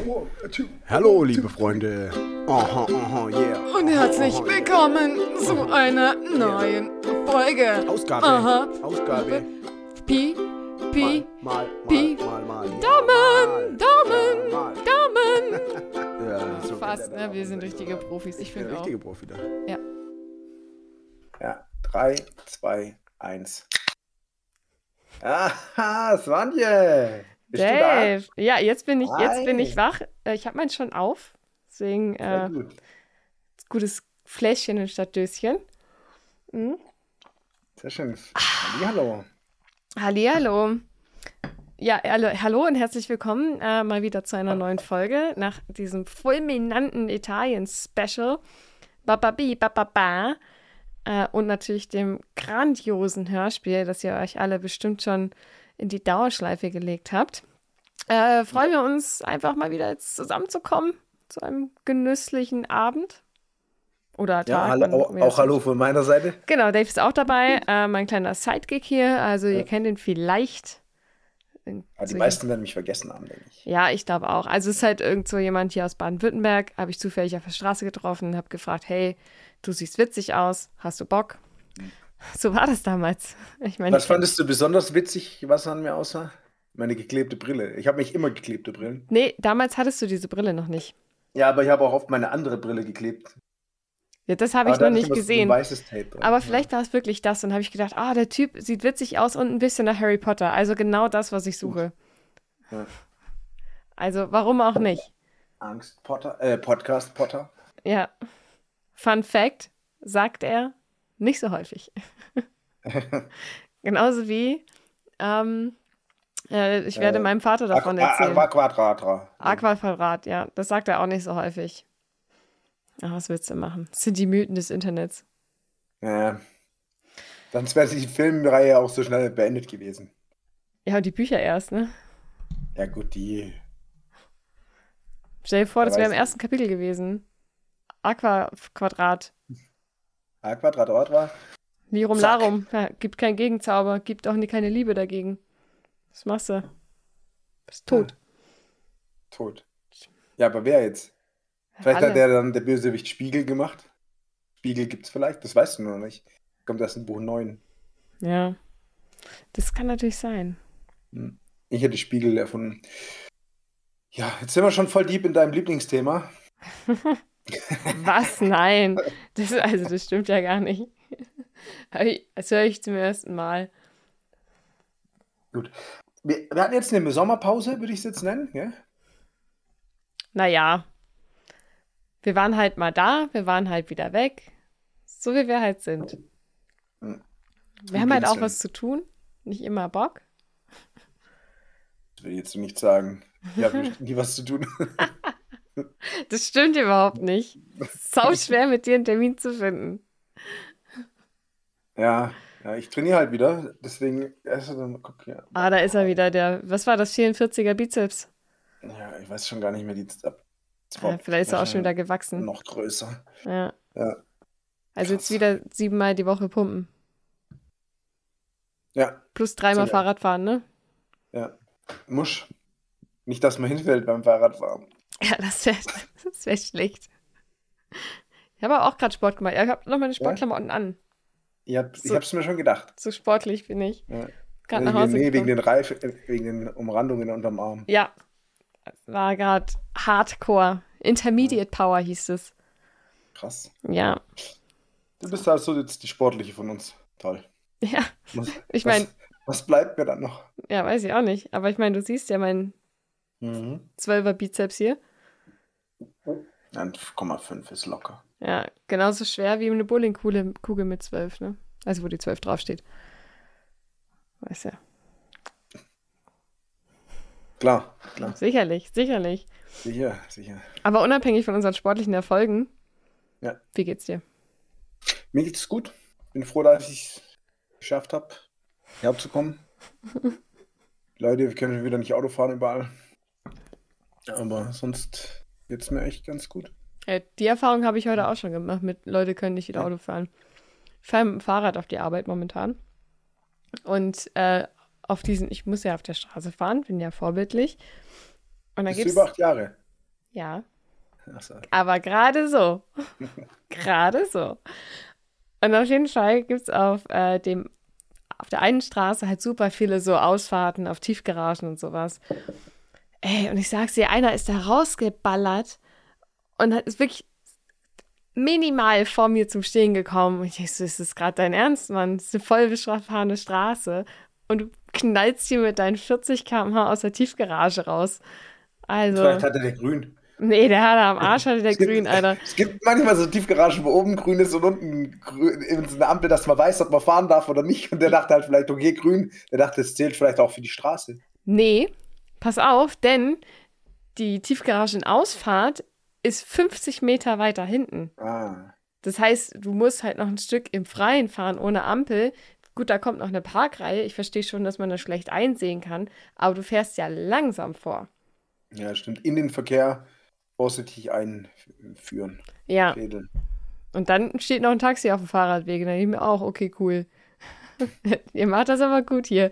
Hallo, liebe Freunde. Yeah. Und herzlich willkommen zu einer neuen Folge. Ausgabe. Pi. Mal. Daumen. Ja, so Fast, ne? Wir sind richtige Profis. Ich finde auch. richtige Profi da. Ja. Ja, 3, 2, 1. Aha, Svante. Bist Dave. Ja, jetzt bin ich Hi. wach. Ich habe meinen schon auf. Deswegen du da? Sehr gut. gutes Fläschchen anstatt Döschen. Sehr schön. Hallo. Hallihallo. Ja, hallo und herzlich willkommen mal wieder zu einer neuen Folge nach diesem fulminanten Italien-Special. Und natürlich dem grandiosen Hörspiel, das ihr euch alle bestimmt schon in die Dauerschleife gelegt habt. Freuen wir uns einfach mal wieder jetzt zusammenzukommen zu einem genüsslichen Abend. Oder Tag. Ja, hallo, auch hallo von meiner Seite. Genau, Dave ist auch dabei, mein kleiner Sidekick hier. Also ihr kennt ihn vielleicht. Die meisten werden mich vergessen haben, denke ich. Ja, ich glaube auch. Also es ist halt irgend so jemand hier aus Baden-Württemberg, habe ich zufällig auf der Straße getroffen, habe gefragt, hey, du siehst witzig aus, hast du Bock? So war das damals. Ich meine, Was fandest du besonders witzig, was an mir aussah? Meine geklebte Brille. Ich habe mich immer geklebte Brillen. Nee, damals hattest du diese Brille noch nicht. Ja, aber ich habe auch oft meine andere Brille geklebt. Ja, das habe ich Aber da noch hatte nicht immer so ein gesehen. weißes Tape dran. Aber vielleicht war es wirklich das. Und habe ich gedacht, der Typ sieht witzig aus und ein bisschen nach Harry Potter. Also genau das, was ich suche. Ja. Also warum auch nicht? Angst Potter, Podcast Potter. Ja. Fun Fact, sagt er nicht so häufig. Genauso wie ich werde meinem Vater davon erzählen. Aquaquadrat, ja. Das sagt er auch nicht so häufig. Ach, was willst du machen? Das sind die Mythen des Internets. Ja. Sonst wäre die Filmreihe auch so schnell beendet gewesen. Ja, und die Bücher erst, ne? Ja gut, die... Stell dir vor, das Da wäre im weiß ersten Kapitel gewesen. Aquaquadrat. Quadrat. Lirum Zack. Larum. Ja, gibt keinen Gegenzauber. Gibt auch keine Liebe dagegen. Was machst du? Bist tot. Tot. Ja, aber wer jetzt? Vielleicht Alle. hat der dann der Bösewicht Spiegel gemacht. Spiegel gibt's vielleicht, das weißt du noch nicht. Kommt erst in Buch 9. Ja. Das kann natürlich sein. Ich hätte Spiegel erfunden. Ja, jetzt sind wir schon voll deep in deinem Lieblingsthema. Was? Nein. Das stimmt ja gar nicht. Das höre ich zum ersten Mal. Gut. Wir hatten jetzt eine Sommerpause, würde ich es jetzt nennen. Ja? Naja. Wir waren halt mal da, wir waren halt wieder weg. So wie wir halt sind. Wir haben halt auch was zu tun. Nicht immer Bock. Das will ich jetzt nicht sagen. Ich habe nie was zu tun. Das stimmt überhaupt nicht. Sau schwer, mit dir einen Termin zu finden. Ja, ich trainiere halt wieder. Deswegen, guck hier. Da ist er wieder, was war das, 44er Bizeps? Ja, ich weiß schon gar nicht mehr, Vielleicht ist er auch schon wieder gewachsen. noch größer. Ja. Ja. Also jetzt wieder 7-mal die Woche pumpen. Ja, Plus 3-mal Sehr geil. Fahrrad fahren, ne? ja. Musch. Nicht, dass man hinfällt beim Fahrradfahren. Ja, das wär schlecht. Ich habe aber auch gerade Sport gemacht. Ja, ich habe noch meine Sportklamotten an. Ich hab's mir schon gedacht. So sportlich bin ich. Ja. Gerade nach Hause wegen gekommen. den Reifen, wegen den Umrandungen unterm Arm. Ja, war gerade Hardcore. Intermediate Power hieß es. Krass. Ja. Du bist also jetzt die Sportliche von uns. Toll. Ja, Was, ich meine, was bleibt mir dann noch? ja, weiß ich auch nicht. Aber ich meine, du siehst ja meinen 12er Bizeps hier. 1,5 ist locker. Ja, genauso schwer wie eine Bowlingkugel mit 12, ne? Also wo die 12 draufsteht. Weißt ja. Klar. Sicherlich. Sicher. Aber unabhängig von unseren sportlichen Erfolgen, Ja. wie geht's dir? Mir geht's gut. Bin froh, dass ich es geschafft habe, herzukommen. Leute, wir können wieder nicht Auto fahren überall. Aber sonst geht's mir echt ganz gut. Die Erfahrung habe ich heute auch schon gemacht mit Leute können nicht wieder Auto fahren. Ich fahre mit dem Fahrrad auf die Arbeit momentan. Und ich muss ja auf der Straße fahren, bin ja vorbildlich. Und dann Bist du gibt's über 8 Jahre? Ja, Achso. aber gerade so. Gerade so. Und auf jeden Fall gibt es auf der einen Straße halt super viele so Ausfahrten auf Tiefgaragen und sowas. Ey, und ich sag's dir, einer ist da rausgeballert und ist wirklich minimal vor mir zum Stehen gekommen. Und ich dachte so, ist das gerade dein Ernst, Mann? Das ist eine voll befahrene Straße. Und du knallst hier mit deinen 40 km/h aus der Tiefgarage raus. Also, Vielleicht hatte der grün. nee, der hat am Arsch, hatte der grün, Alter. Es gibt manchmal so Tiefgaragen, wo oben grün ist und unten grün, eben so eine Ampel, dass man weiß, ob man fahren darf oder nicht. Und der dachte halt vielleicht, okay, grün. Der dachte, es zählt vielleicht auch für die Straße. Nee, pass auf, denn die Tiefgaragenausfahrt ist 50 Meter weiter hinten. Ah. Das heißt, du musst halt noch ein Stück im Freien fahren, ohne Ampel. Gut, da kommt noch eine Parkreihe. Ich verstehe schon, dass man das schlecht einsehen kann, aber du fährst ja langsam vor. Ja, stimmt. In den Verkehr vorsichtig einführen. Ja, Fädeln. und dann steht noch ein Taxi auf dem Fahrradweg. Und dann denke ich mir auch, okay, cool. Ihr macht das aber gut hier.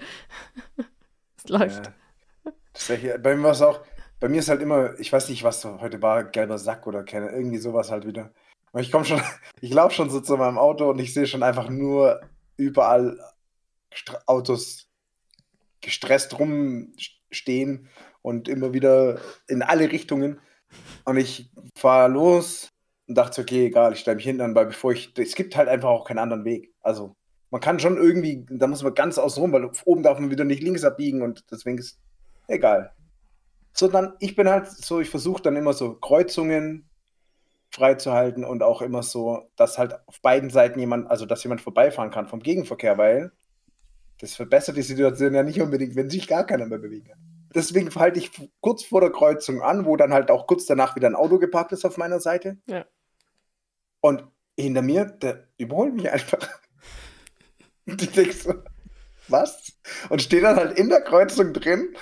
Es läuft. Das ist ja hier, bei mir war es auch, bei mir ist halt immer, ich weiß nicht, was heute war, gelber Sack oder keine, irgendwie sowas halt wieder. Aber ich laufe schon so zu meinem Auto und ich sehe schon einfach nur überall Autos gestresst rumstehen und immer wieder in alle Richtungen. Und ich fahre los und dachte, okay, egal, ich stelle mich hinten an, weil es gibt halt einfach auch keinen anderen Weg. Also man kann schon irgendwie, da muss man ganz außen rum, weil oben darf man wieder nicht links abbiegen und deswegen ist egal. Sondern ich bin halt so, ich versuche dann immer so Kreuzungen freizuhalten und auch immer so, dass halt auf beiden Seiten dass jemand vorbeifahren kann vom Gegenverkehr, weil das verbessert die Situation ja nicht unbedingt, wenn sich gar keiner mehr bewegen kann. Deswegen halte ich kurz vor der Kreuzung an, wo dann halt auch kurz danach wieder ein Auto geparkt ist auf meiner Seite. Ja. Und hinter mir, der überholt mich einfach. Und ich denke so, was? Und stehe dann halt in der Kreuzung drin.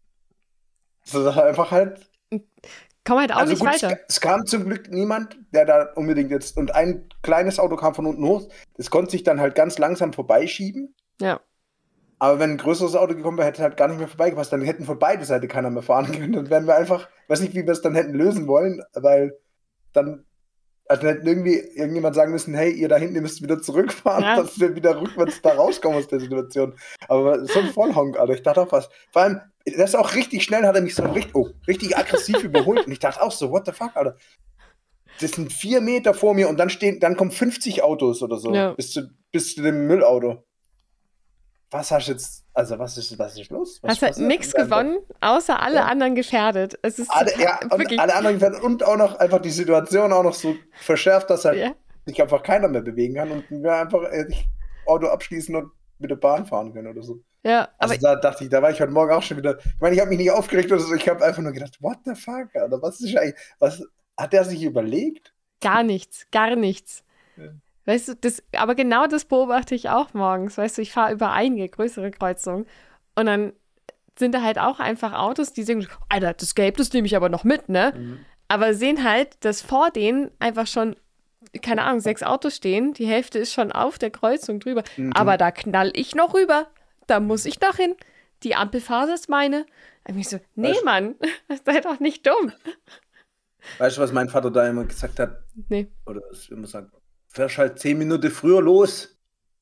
So einfach halt. Komm halt auch Also nicht gut, weiter. es kam zum Glück niemand, der da unbedingt jetzt. Und ein kleines Auto kam von unten hoch. Das konnte sich dann halt ganz langsam vorbeischieben. Ja. Aber wenn ein größeres Auto gekommen wäre, hätte halt gar nicht mehr vorbeigepasst. Dann hätten von beide Seiten keiner mehr fahren können. Dann wären wir einfach, weiß nicht, wie wir es dann hätten lösen wollen, weil dann hätten irgendjemand sagen müssen, hey, ihr da hinten, ihr müsst wieder zurückfahren, Ja. dass wir wieder rückwärts da rauskommen aus der Situation. Aber so ein Vollhonk, Alter. Ich dachte auch was. Vor allem, das ist auch richtig schnell, hat er mich so richtig aggressiv überholt. Und ich dachte auch so, what the fuck, Alter. Das sind 4 Meter vor mir und dann kommen 50 Autos oder so. Ja. Bis zu dem Müllauto. Was hast du jetzt, also was ist los? Hast halt nichts gewonnen, außer alle anderen gefährdet. Es ist wirklich. Alle anderen gefährdet und auch noch einfach die Situation auch noch so verschärft, dass halt Ja. sich einfach keiner mehr bewegen kann und wir einfach Auto abschließen und mit der Bahn fahren können oder so. Ja, aber Also da dachte ich, da war ich heute Morgen auch schon wieder, ich meine, ich habe mich nicht aufgeregt oder so, ich habe einfach nur gedacht, what the fuck, Alter, was hat der sich überlegt? gar nichts. Ja. Weißt du, aber genau das beobachte ich auch morgens. Weißt du, ich fahre über einige größere Kreuzungen und dann sind da halt auch einfach Autos, die sagen, Alter, das Gelb, das nehme ich aber noch mit, ne? Mhm. Aber sehen halt, dass vor denen einfach schon, keine Ahnung, 6 Autos stehen. Die Hälfte ist schon auf der Kreuzung drüber. Mhm. Aber da knall ich noch rüber. Da muss ich noch hin. Die Ampelphase ist meine. Und ich so, nee, Weißt- Mann, sei doch nicht dumm. Weißt du, was mein Vater da immer gesagt hat? Nee. Oder ich immer sagen, fährst halt 10 Minuten früher los.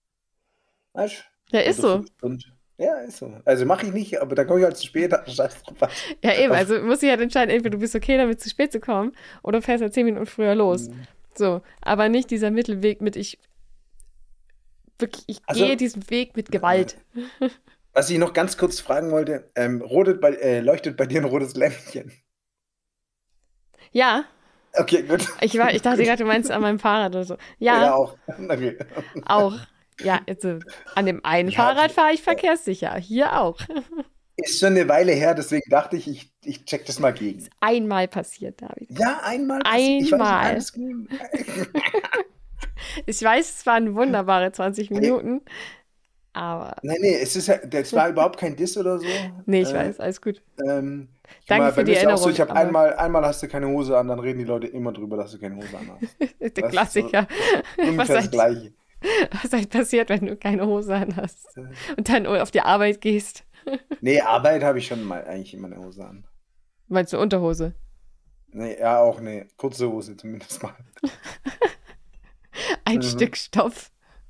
Weißt du? Ja, ist so. Ja, ist so. Also mache ich nicht, aber dann komme ich halt zu spät. Scheiß drauf. Ja, eben. Also muss ich halt entscheiden, entweder du bist okay damit, zu spät zu kommen, oder du fährst halt 10 Minuten früher los. So, aber nicht dieser Mittelweg mit ich Also- gehe diesen Weg mit Gewalt. Was ich noch ganz kurz fragen wollte, leuchtet bei dir ein rotes Lämpchen? Ja, Okay, gut. ich dachte gerade, du meinst an meinem Fahrrad oder so. Ja, Ja, auch. Okay. auch. Ja, also an dem einen Ja, Fahrrad fahre ich verkehrssicher. Hier auch. Ist schon eine Weile her, deswegen dachte ich check das mal gegen. Einmal passiert, David. Ja, einmal. Einmal. Ich weiß, alles gut. Ich weiß, es waren wunderbare 20 Minuten, aber Nee, das war überhaupt kein Diss oder so. nee, ich weiß, alles gut. Danke Danke für die Erinnerung. Ich habe aber einmal hast du keine Hose an, dann reden die Leute immer drüber, dass du keine Hose an hast. der Das ist Klassiker. Was Ungefähr das halt, Gleiche. was halt passiert, wenn du keine Hose an hast und dann auf die Arbeit gehst? Nee, Arbeit habe ich schon mal eigentlich immer eine Hose an. Meinst du Unterhose? Nee, ja, auch eine kurze Hose zumindest mal. Ein Mhm. Stück Stoff.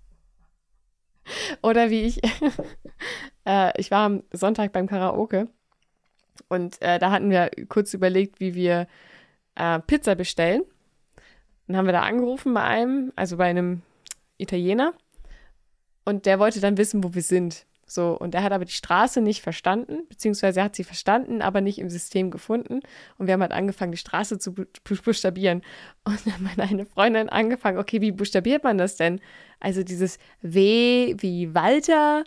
Oder wie ich, ich war am Sonntag beim Karaoke und da hatten wir kurz überlegt, wie wir Pizza bestellen. Dann haben wir da angerufen bei einem Italiener und der wollte dann wissen, wo wir sind. So, und er hat aber die Straße nicht verstanden, beziehungsweise er hat sie verstanden, aber nicht im System gefunden. Und wir haben halt angefangen, die Straße zu buchstabieren. Und dann hat meine Freundin angefangen, okay, wie buchstabiert man das denn? Also dieses W wie Walter,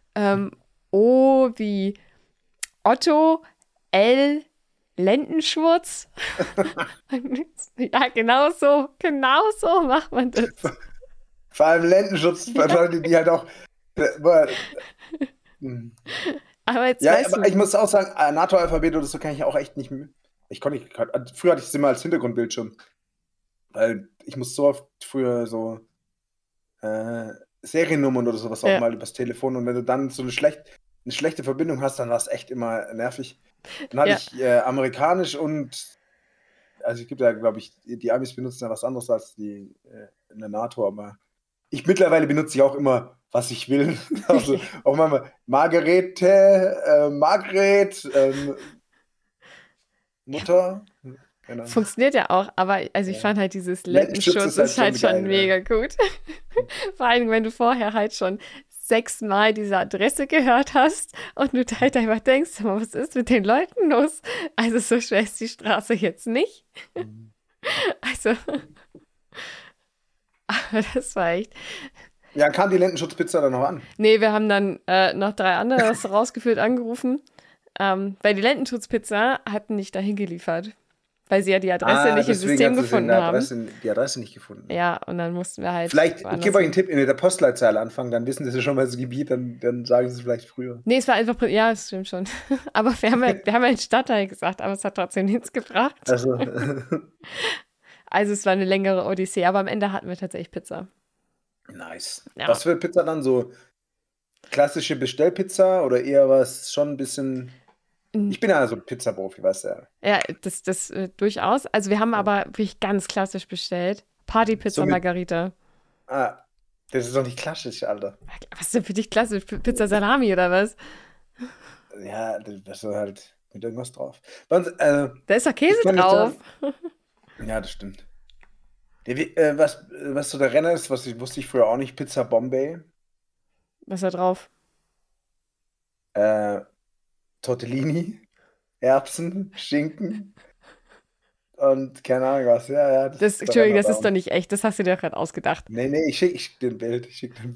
O wie Otto, L Lendenschurz. Ja, genau so macht man das. Vor allem Lendenschutz für Leute, die halt auch. Aber jetzt Ja, weißt aber du. ich muss auch sagen, NATO-Alphabet oder so kann ich auch echt nicht mehr. Früher hatte ich es immer als Hintergrundbildschirm. Weil ich muss so oft früher so Seriennummern oder sowas Ja. auch mal übers Telefon, und wenn du dann so eine schlechte Verbindung hast, dann war es echt immer nervig. Dann hatte Ja. ich amerikanisch und, also es gibt ja, glaube ich, die Amis benutzen ja was anderes als die in der NATO, aber mittlerweile benutze ich auch immer, was ich will. Also auch mal Margarete, Margret, Mutter. Keine Ahnung. Funktioniert ja auch, aber also ich Ja. fand halt dieses Lendenschutz Lendenschutz ist halt ist schon halt schon geil, mega gut. Vor allem, wenn du vorher halt schon 6-mal diese Adresse gehört hast und du halt einfach denkst, sag mal, was ist mit den Leuten los? Also so schwer ist die Straße jetzt nicht. Also, aber das war echt. Ja, kam die Lendenschutzpizza dann noch an? Nee, wir haben dann noch 3 andere rausgeführt, angerufen, weil die Lendenschutzpizza hatten nicht dahin geliefert, weil sie ja die Adresse nicht im deswegen System hat sie gefunden haben. die Adresse nicht gefunden. Ja, und dann mussten wir halt. Vielleicht, ich woanders gebe euch hin. einen Tipp, in der Postleitzahl anfangen, dann wissen sie schon mal das Gebiet, dann sagen sie es vielleicht früher. Nee, es war einfach, ja, das stimmt schon. Aber wir haben ja den Stadtteil gesagt, aber es hat trotzdem nichts gebracht. Also, Also es war eine längere Odyssee, aber am Ende hatten wir tatsächlich Pizza. nice. Ja. Was für Pizza dann? So klassische Bestellpizza oder eher was schon ein bisschen. Ich bin ja so Pizza-Profi, weißt du ja. Ja, das durchaus. Also wir haben aber wirklich ganz klassisch bestellt. Partypizza So mit- Margarita. Ah, das ist doch nicht klassisch, Alter. Was ist denn für dich klassisch? Pizza Salami oder was? Ja, das ist halt mit irgendwas drauf. Sonst, Da ist doch Käse Ich kann nicht drauf. ja, das stimmt. Was so der Renner ist, wusste ich früher auch nicht, Pizza Bombay, Was ist da drauf? Tortellini, Erbsen, Schinken und keine Ahnung was. Ja, das ist der Entschuldigung, das Renner ist bei doch nicht echt. Das hast du dir doch gerade ausgedacht. uns. Nee, ich schick dir ein Bild.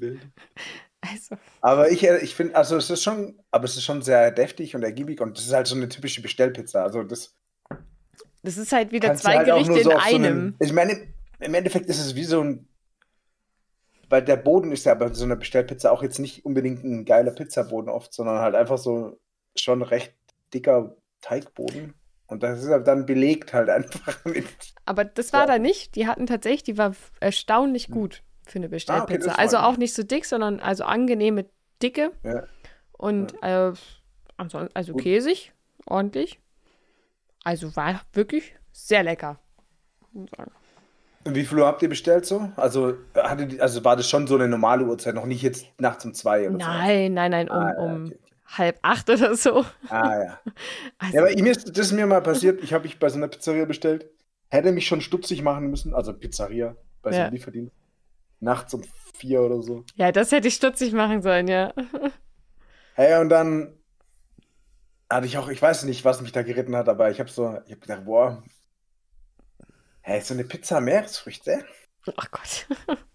Also, Aber ich finde, also es ist schon sehr deftig und ergiebig und das ist halt so eine typische Bestellpizza. Also das das ist halt wieder kannst du 2 halt auch Gerichte nur in so auf so einem. ich meine, im Endeffekt ist es wie so ein, weil der Boden ist ja bei so einer Bestellpizza auch jetzt nicht unbedingt ein geiler Pizzaboden oft, sondern halt einfach so schon recht dicker Teigboden. Und das ist halt dann belegt halt einfach mit. Aber das war Ja. da nicht. Die hatten tatsächlich, die war erstaunlich gut für eine okay, Bestellpizza. das Also freut auch mich. nicht so dick, sondern also angenehme Dicke Ja. und also Gut. käsig, ordentlich. Also war wirklich sehr lecker. muss ich sagen. Und wie viel Uhr habt ihr bestellt so? Also war das schon so eine normale Uhrzeit, noch nicht jetzt nachts um 2 oder so? Nein, Ah, ja, um okay. 7:30 oder so. Ah ja. Also, Ja, aber das ist mir mal passiert, ich habe mich bei so einer Pizzeria bestellt, hätte mich schon stutzig machen müssen, also Pizzeria, bei so Ja. einem Lieferdienst, nachts um 4 oder so. ja, das hätte ich stutzig machen sollen, ja. Hey, und dann hatte ich auch, ich weiß nicht, was mich da geritten hat, aber ich habe gedacht, boah, hey, so eine Pizza Meeresfrüchte, Ach Gott.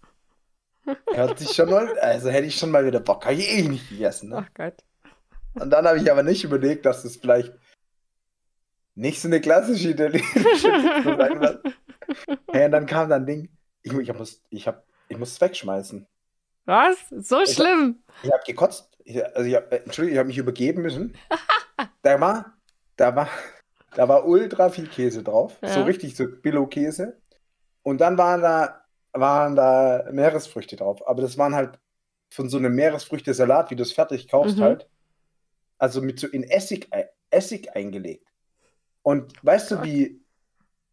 hört sich schon mal, also hätte ich schon mal wieder Bock, habe ich eh nicht gegessen, ne? Ach Gott. Und dann habe ich aber nicht überlegt, dass das vielleicht nicht so eine klassische italienische Pizza sein wird. Hey, und dann kam dann ein Ding, ich muss es wegschmeißen. Was? So Ich- schlimm? Ich habe gekotzt. Entschuldigung, ich habe mich übergeben müssen. Da war ultra viel Käse drauf. Ja. So richtig, so Billo-Käse. Und dann waren da Meeresfrüchte drauf. Aber das waren halt von so einem Meeresfrüchte-Salat, wie du es fertig kaufst Mhm. halt. Also mit so in Essig eingelegt. Und weißt du, Gott. wie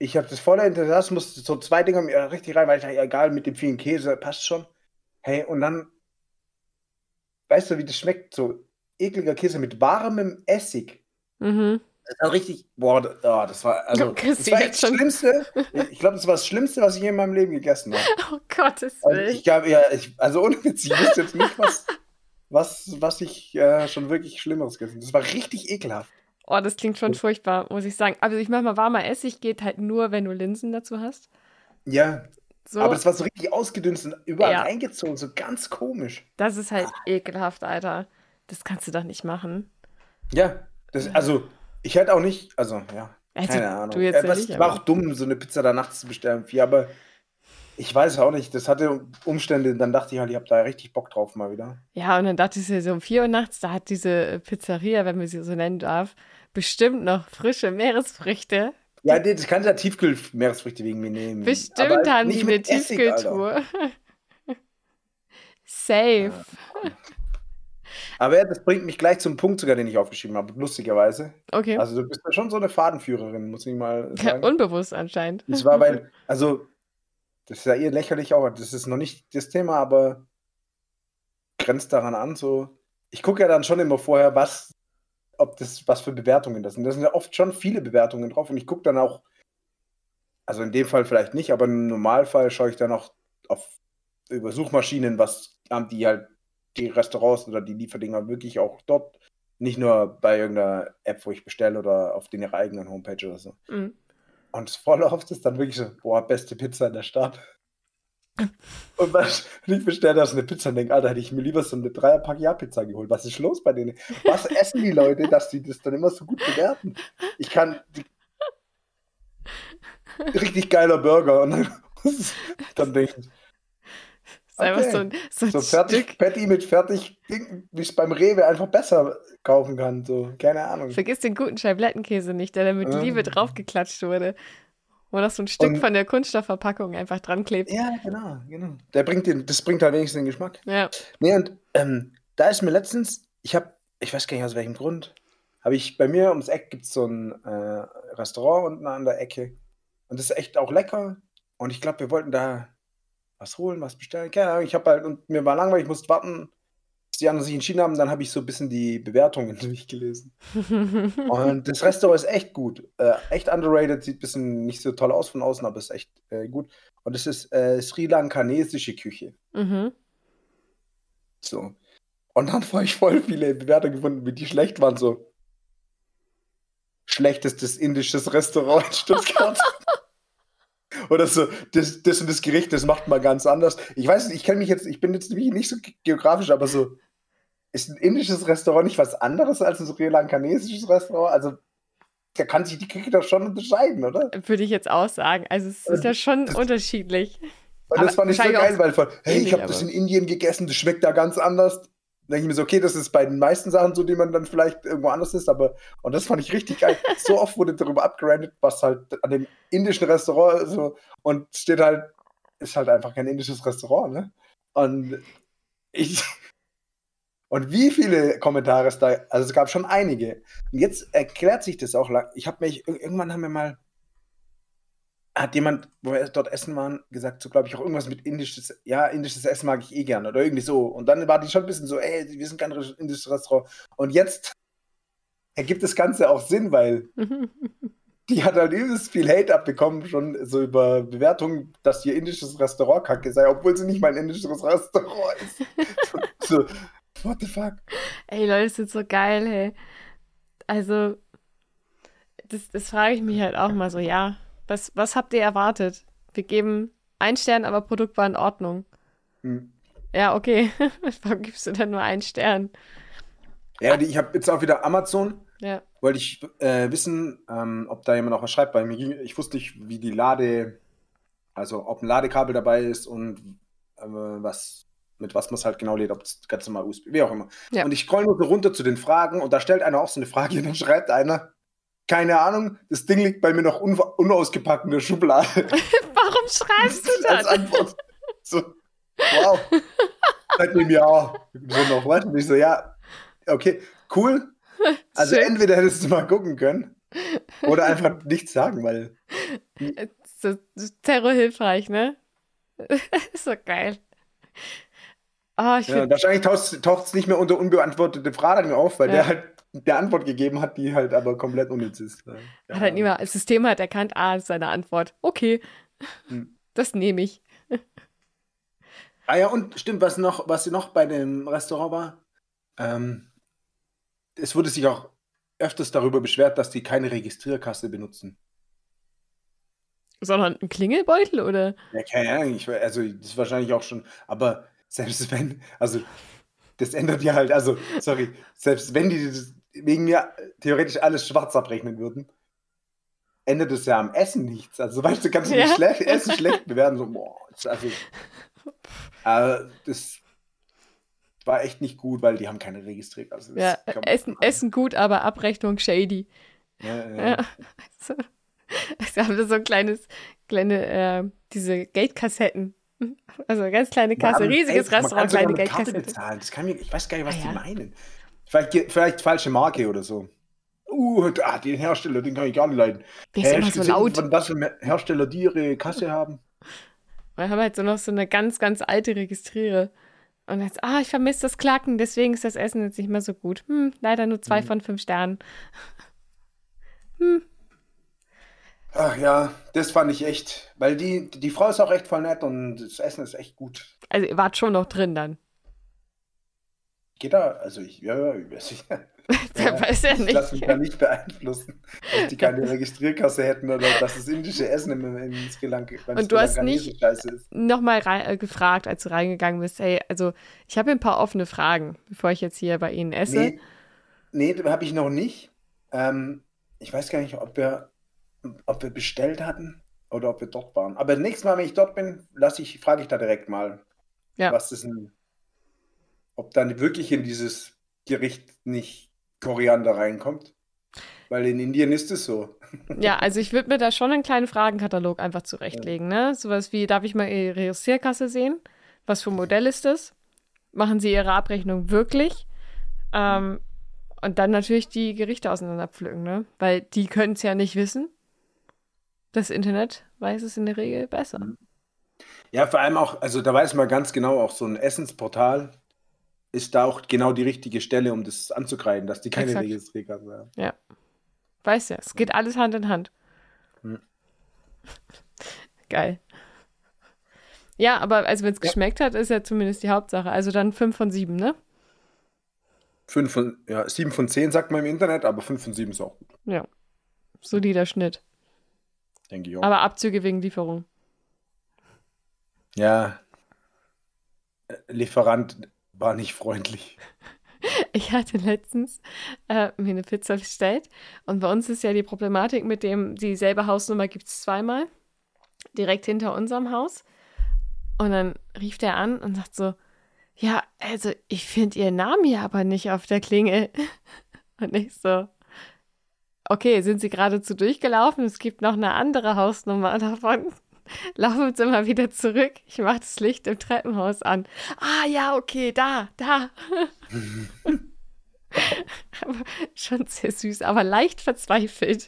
ich habe das voller Enthusiasmus, so 2 Dinger mir richtig rein, weil ich dachte, ja, egal, mit dem vielen Käse, passt schon. Hey, und dann, weißt du, wie das schmeckt? So ekliger Käse mit warmem Essig. Mhm. Das war richtig, boah, das war, also, Chris, das war jetzt echt das schon. Schlimmste. Ich glaube, das war das Schlimmste, was ich je in meinem Leben gegessen habe. Oh Gottes Also Willen. ich glaube, ja, also ohne Witz, ich wüsste jetzt nicht, was ich schon wirklich Schlimmeres gegessen habe. Das war richtig ekelhaft. Oh, das klingt schon furchtbar, muss ich sagen. Also ich mache mal, warmer Essig geht halt nur, wenn du Linsen dazu hast. Ja, So, aber das war so richtig ausgedünstet und überall Ja. reingezogen, so ganz komisch. das ist halt ekelhaft, Alter. Das kannst du doch nicht machen. Ja, also ich hätte auch nicht, also ja, Also, keine Ahnung. du jetzt ja Was nicht, war aber- auch dumm, so eine Pizza da nachts zu bestellen, aber ich weiß auch nicht, das hatte Umstände, dann dachte ich halt, ich habe da richtig Bock drauf mal wieder. Ja, und dann dachte ich so um 4 Uhr nachts, da hat diese Pizzeria, wenn man sie so nennen darf, bestimmt noch frische Meeresfrüchte. Ja, nee, das kannst du ja Tiefkühl-Meeresfrüchte wegen mir nehmen. Bestimmt aber haben nicht die eine mit Essig, Alter. Tiefkühltruhe. Safe. Aber ja, das bringt mich gleich zum Punkt sogar, den ich aufgeschrieben habe, lustigerweise. Okay. Also du bist ja schon so eine Fadenführerin, muss ich mal sagen. Unbewusst anscheinend. Und zwar, weil, also, das ist ja eher lächerlich auch, das ist noch nicht das Thema, aber grenzt daran an, so. Ich gucke ja dann schon immer vorher, was für Bewertungen das sind. Da sind ja oft schon viele Bewertungen drauf und ich gucke dann auch, also in dem Fall vielleicht nicht, aber im Normalfall schaue ich dann auch über Suchmaschinen, was haben die halt, die Restaurants oder die Lieferdinger wirklich auch dort, nicht nur bei irgendeiner App, wo ich bestelle oder auf ihrer eigenen Homepage oder so. Mhm. Und voll oft ist dann wirklich so, boah, beste Pizza in der Stadt. Und ich bestelle da so eine Pizza und denke, Alter, hätte ich mir lieber so eine 3er-Pack Ja-Pizza geholt. Was ist los bei denen? Was essen die Leute, dass die das dann immer so gut bewerten? Richtig geiler Burger. Und dann denke ich, Das ist einfach okay, so ein so fertig, Stück. Patty mit fertig, wie ich es beim Rewe einfach besser kaufen kann. So, keine Ahnung. Vergiss den guten Scheiblettenkäse nicht, der da mit Liebe draufgeklatscht wurde. Wo noch so ein Stück Und- von der Kunststoffverpackung einfach dran klebt. Ja, genau. Das bringt halt wenigstens den Geschmack. Ja. Nee, und da ist mir letztens, ich weiß gar nicht aus welchem Grund, habe ich bei mir ums Eck gibt es so ein Restaurant unten an der Ecke. Und das ist echt auch lecker. Und ich glaube, wir wollten da was holen, was bestellen. Keine Ahnung, und mir war langweilig, ich musste warten, bis die anderen sich entschieden haben. Dann habe ich so ein bisschen die Bewertungen durchgelesen. Und das Restaurant ist echt gut. Echt underrated, sieht ein bisschen nicht so toll aus von außen, aber ist echt gut. Und es ist sri-lankanesische Küche. Mhm. So. Und dann habe ich voll viele Bewertungen gefunden, wie die schlecht waren. So, schlechtestes indisches Restaurant in Stuttgart. Oder so, das und das Gericht, das macht man ganz anders. Ich weiß nicht, ich bin jetzt nicht so geografisch, aber so, ist ein indisches Restaurant nicht was anderes als ein sri-lankanesisches Restaurant? Also, da kann sich die Küche doch schon unterscheiden, oder? Würde ich jetzt auch sagen. Also es ist ja schon unterschiedlich. Und Aber das fand ich so wahrscheinlich geil, auch weil hey, ich ähnlich, habe das aber- in Indien gegessen, das schmeckt da ganz anders. Dann denke ich mir so, okay, das ist bei den meisten Sachen so, die man dann vielleicht irgendwo anders isst, und das fand ich richtig geil. So oft wurde darüber abgerantet, was halt an dem indischen Restaurant so, und steht halt, ist halt einfach kein indisches Restaurant, ne? Und wie viele Kommentare es da, also es gab schon einige. Und jetzt erklärt sich das auch lang. Irgendwann hat jemand, wo wir dort essen waren, gesagt, so glaube ich auch irgendwas mit indisches Essen mag ich eh gerne oder irgendwie so. Und dann war die schon ein bisschen so, ey, wir sind kein indisches Restaurant. Und jetzt ergibt das Ganze auch Sinn, weil die hat halt übelst viel Hate abbekommen, schon so über Bewertungen, dass ihr indisches Restaurant kacke sei, obwohl sie nicht mal ein indisches Restaurant ist. So, what the fuck? Ey, Leute, das ist so geil, hey. Also, das frage ich mich halt auch mal so, ja, was habt ihr erwartet? Wir geben 1 Stern, aber Produkt war in Ordnung. Hm. Ja, okay. Warum gibst du dann nur 1 Stern? Ja, ich habe jetzt auch wieder Amazon. Ja. Wollte ich wissen, ob da jemand auch was schreibt. Ich wusste nicht, also ob ein Ladekabel dabei ist und mit was man es halt genau lädt, ob es ganz normal USB, wie auch immer. Ja. Und ich scroll nur so runter zu den Fragen und da stellt einer auch so eine Frage und dann schreibt einer, keine Ahnung, das Ding liegt bei mir noch unausgepackt in der Schublade. Warum schreibst du Als das? Antwort. So, wow. Seitdem ja. So noch was. Und ich so, ja, okay, cool. Also Schön. entweder hättest du mal gucken können oder einfach nichts sagen, weil Das ist terrorhilfreich, ne? Ist so geil. Oh, ich Ja, finde, wahrscheinlich taucht es nicht mehr unter unbeantwortete Fragen auf, weil Ja. der halt eine Antwort gegeben hat, die halt aber komplett unnütz ist. Ja. hat halt niemand, das System hat erkannt, ist seine Antwort. Okay, Hm. das nehme ich. Ah ja, und stimmt, was noch bei dem Restaurant war, es wurde sich auch öfters darüber beschwert, dass die keine Registrierkasse benutzen. Sondern ein Klingelbeutel oder? Ja, keine Ahnung, also das ist wahrscheinlich auch schon, aber selbst wenn, also das ändert ja halt, also, sorry, selbst wenn die das wegen mir theoretisch alles schwarz abrechnen würden, ändert es ja am Essen nichts. Also, weißt du, kannst du nicht Essen schlecht bewerten, so, boah, also, das war echt nicht gut, weil die haben keine Registrierung. Also, Ja, Essen gut, aber Abrechnung shady. Ja. Also, wir haben da so ein diese Gate-Kassetten. Also ganz kleine Kasse, riesiges Restaurant, kleine Gate-Kassette. Bezahlen. Ich weiß gar nicht, was Ah, die ja. meinen. Vielleicht falsche Marke oder so. Den Hersteller, den kann ich gar nicht leiden. Der ist immer hast du so gesehen, laut. von was für Hersteller die ihre Kasse haben? Wir haben halt noch so eine ganz, ganz alte Registriere. Und jetzt, ich vermisse das Klacken, deswegen ist das Essen jetzt nicht mehr so gut. Leider nur 2 von 5 Sternen. Ach ja, das fand ich echt, weil die Frau ist auch echt voll nett und das Essen ist echt gut. Also ihr wart schon noch drin dann. Geht da? Also ja, sicher. Wer weiß ja Ich lasse mich nicht. da nicht beeinflussen, dass die keine Registrierkasse hätten oder dass das indische Essen in Sri Lanka, Und du hast Lankanese nicht scheiße ist. nochmal gefragt, als du reingegangen bist, hey, also ich habe hier ein paar offene Fragen, bevor ich jetzt hier bei Ihnen esse. Nee, habe ich noch nicht. Ich weiß gar nicht, ob wir bestellt hatten oder ob wir dort waren. Aber nächstes Mal, wenn ich dort bin, frage ich da direkt mal, Ja. was das ob dann wirklich in dieses Gericht nicht Koriander reinkommt. Weil in Indien ist es so. Ja, also ich würde mir da schon einen kleinen Fragenkatalog einfach zurechtlegen, ne? Sowas wie, darf ich mal Ihre Registrierkasse sehen? Was für ein Modell ist das? Machen Sie Ihre Abrechnung wirklich? Und dann natürlich die Gerichte auseinanderpflücken, ne? Weil die können es ja nicht wissen. Das Internet weiß es in der Regel besser. Ja, vor allem auch, also da weiß man ganz genau, auch so ein Essensportal ist da auch genau die richtige Stelle, um das anzukreiden, dass die keine Exakt. Registrierkasse haben. Ja. Weiß ja, es geht alles Hand in Hand. Hm. Geil. Ja, aber also wenn es geschmeckt hat, ist ja zumindest die Hauptsache. Also dann 5 von 7, ne? 7 von 10 sagt man im Internet, aber 5 von 7 ist auch gut, Ja. Solider Schnitt. denke ich auch. Aber Abzüge wegen Lieferung. Ja, Lieferant war nicht freundlich. Ich hatte letztens mir eine Pizza bestellt und bei uns ist ja die Problematik mit dieselbe Hausnummer gibt es zweimal, direkt hinter unserem Haus. Und dann rief der an und sagt so, ja, also ich finde Ihren Namen hier aber nicht auf der Klingel. Und ich so, okay, sind Sie geradezu durchgelaufen? Es gibt noch eine andere Hausnummer davon. Laufen Sie mal wieder zurück. Ich mache das Licht im Treppenhaus an. Ja, okay, da. Aber schon sehr süß, aber leicht verzweifelt.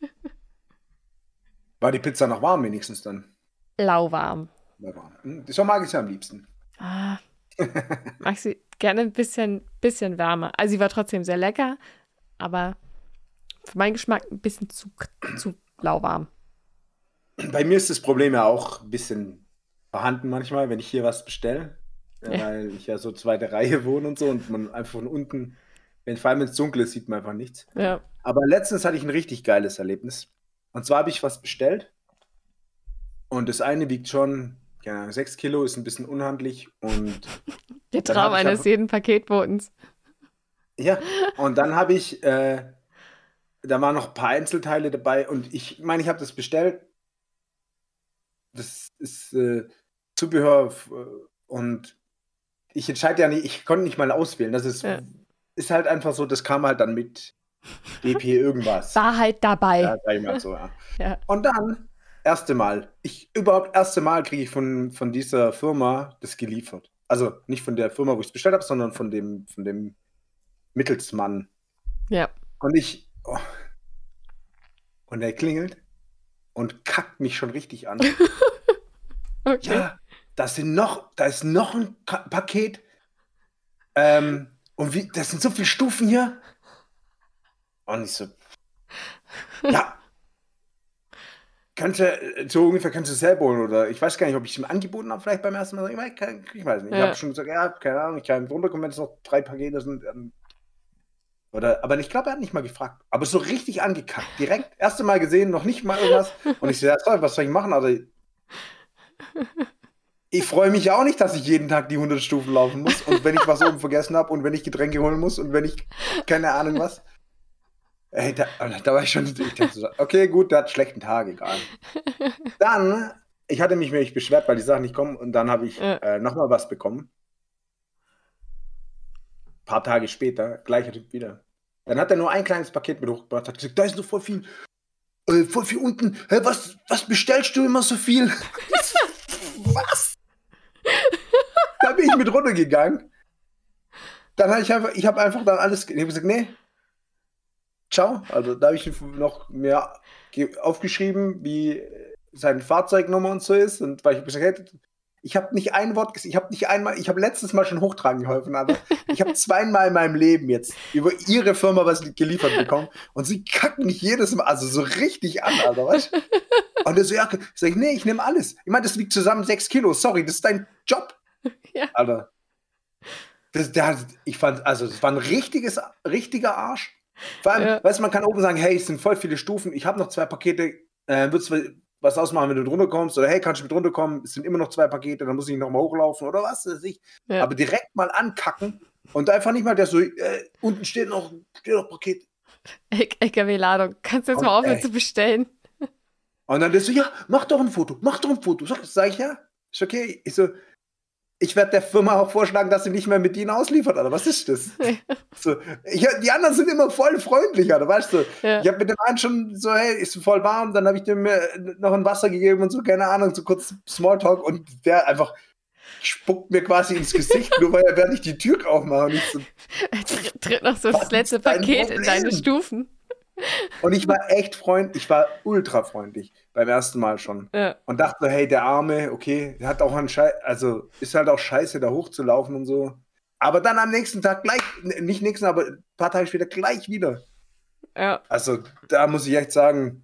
War die Pizza noch warm wenigstens dann? Lauwarm. War warm. So mag ich sie am liebsten. Mag sie gerne ein bisschen wärmer. Also sie war trotzdem sehr lecker, aber für meinen Geschmack ein bisschen zu lauwarm. Bei mir ist das Problem ja auch ein bisschen vorhanden manchmal, wenn ich hier was bestelle, weil ich ja so zweite Reihe wohne und so und man einfach von unten, vor allem wenn es dunkel ist, sieht man einfach nichts. Ja. Aber letztens hatte ich ein richtig geiles Erlebnis. Und zwar habe ich was bestellt und das eine wiegt schon, 6 Kilo, ist ein bisschen unhandlich und Der dann Traum hab ich eines jeden Paketbotens. ja, und dann habe ich, da waren noch ein paar Einzelteile dabei und ich meine, ich habe das bestellt. Das ist Zubehör und ich entscheide ja nicht, ich konnte nicht mal auswählen. Das ist halt einfach so, das kam halt dann mit DP irgendwas. War halt dabei. Ja, sag ich mal so, ja. Ja. Und dann, erste Mal kriege ich von dieser Firma das geliefert. Also nicht von der Firma, wo ich es bestellt habe, sondern von dem Mittelsmann. Ja. Und und er klingelt und kackt mich schon richtig an. Okay. Ja, da ist noch ein Paket. Und das sind so viele Stufen hier. Und ich so, ja, so ungefähr kannst du es selber holen. Oder ich weiß gar nicht, ob ich es ihm angeboten habe, vielleicht beim ersten Mal. Ich weiß nicht. Ich habe schon gesagt, ja, keine Ahnung, ich kann runterkommen, wenn es noch 3 Pakete sind. Aber ich glaube, er hat nicht mal gefragt. Aber so richtig angekackt. Direkt, erste Mal gesehen, noch nicht mal irgendwas. Und ich so, ja, toll, was soll ich machen? Also, ich freue mich auch nicht, dass ich jeden Tag die 100 Stufen laufen muss. Und wenn ich was oben vergessen habe und wenn ich Getränke holen muss und wenn ich keine Ahnung was. Ey, da war ich schon. Ich dachte so, okay, gut, der hat einen schlechten Tag, egal. Dann, ich hatte mich beschwert, weil die Sachen nicht kommen. Und dann habe ich nochmal was bekommen. Ein paar Tage später, gleicher Typ wieder. Dann hat er nur ein kleines Paket mit hochgebracht, hat gesagt, da ist noch voll viel unten. Hä, was bestellst du immer so viel? Was? Da bin ich mit runtergegangen. Dann habe ich einfach dann alles, ich habe gesagt, nee, ciao. Also da habe ich noch mehr aufgeschrieben, wie seine Fahrzeugnummer und so ist. Und weil ich gesagt hätte, ich habe nicht ein Wort gesagt, ich habe letztes Mal schon hochtragen geholfen, aber ich habe 2-mal in meinem Leben jetzt über ihre Firma was geliefert bekommen und sie kacken mich jedes Mal, also so richtig an, Alter, weißt du? Und er so, ja, sag ich, nee, ich nehme alles. Ich meine, das wiegt zusammen 6 Kilo, sorry, das ist dein Job. Ja. Alter. Ich fand, also, das war ein richtiger Arsch. Vor allem, weißt du, man kann oben sagen, hey, es sind voll viele Stufen, ich habe noch 2 Pakete, würdest du was ausmachen, wenn du drunter kommst? Oder hey, kannst du mit runterkommen? Es sind immer noch 2 Pakete, dann muss ich nochmal hochlaufen oder was weiß ich. Ja. Aber direkt mal ankacken und einfach nicht mal der so, unten steht noch Paket. LKW-Ladung, kannst du jetzt mal aufhören zu bestellen? Und dann der so, ja, mach doch ein Foto. Sag ich, ja, ist okay. Ich so, ich werde der Firma auch vorschlagen, dass sie nicht mehr mit ihnen ausliefert, oder was ist das? Ja. So, die anderen sind immer voll freundlich, oder weißt du? Ja. Ich habe mit dem einen schon so, hey, ist voll warm, dann habe ich dem noch ein Wasser gegeben und so, keine Ahnung, so kurz Smalltalk und der einfach spuckt mir quasi ins Gesicht, nur weil er nicht die Tür aufmacht. Und ich so, tritt noch so das letzte Paket in deine Stufen. Und ich war echt freundlich, ich war ultra freundlich beim ersten Mal schon. Ja. Und dachte, hey, der Arme, okay, der hat auch einen also ist halt auch scheiße, da hochzulaufen und so. Aber dann am nächsten Tag gleich, nicht nächsten, aber ein paar Tage später gleich wieder. Ja. Also da muss ich echt sagen,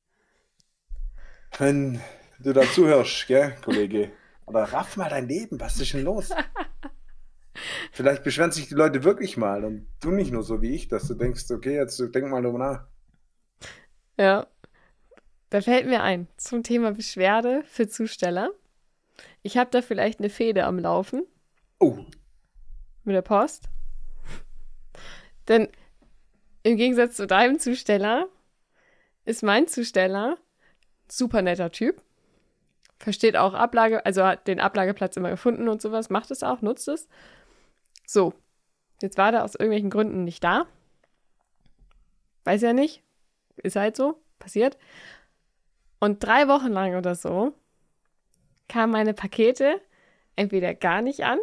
wenn du da zuhörst, gell, Kollege, oder raff mal dein Leben, was ist denn los? Vielleicht beschweren sich die Leute wirklich mal und du nicht nur so wie ich, dass du denkst, okay, jetzt denk mal darüber nach. Ja, da fällt mir ein, zum Thema Beschwerde für Zusteller. Ich habe da vielleicht eine Fehde am Laufen. Oh. Mit der Post. Denn im Gegensatz zu deinem Zusteller ist mein Zusteller super netter Typ. Versteht auch Ablage, also hat den Ablageplatz immer gefunden und sowas, macht es auch, nutzt es. So, jetzt war der aus irgendwelchen Gründen nicht da. Weiß ja nicht. Ist halt so, passiert. Und 3 Wochen lang oder so kamen meine Pakete entweder gar nicht an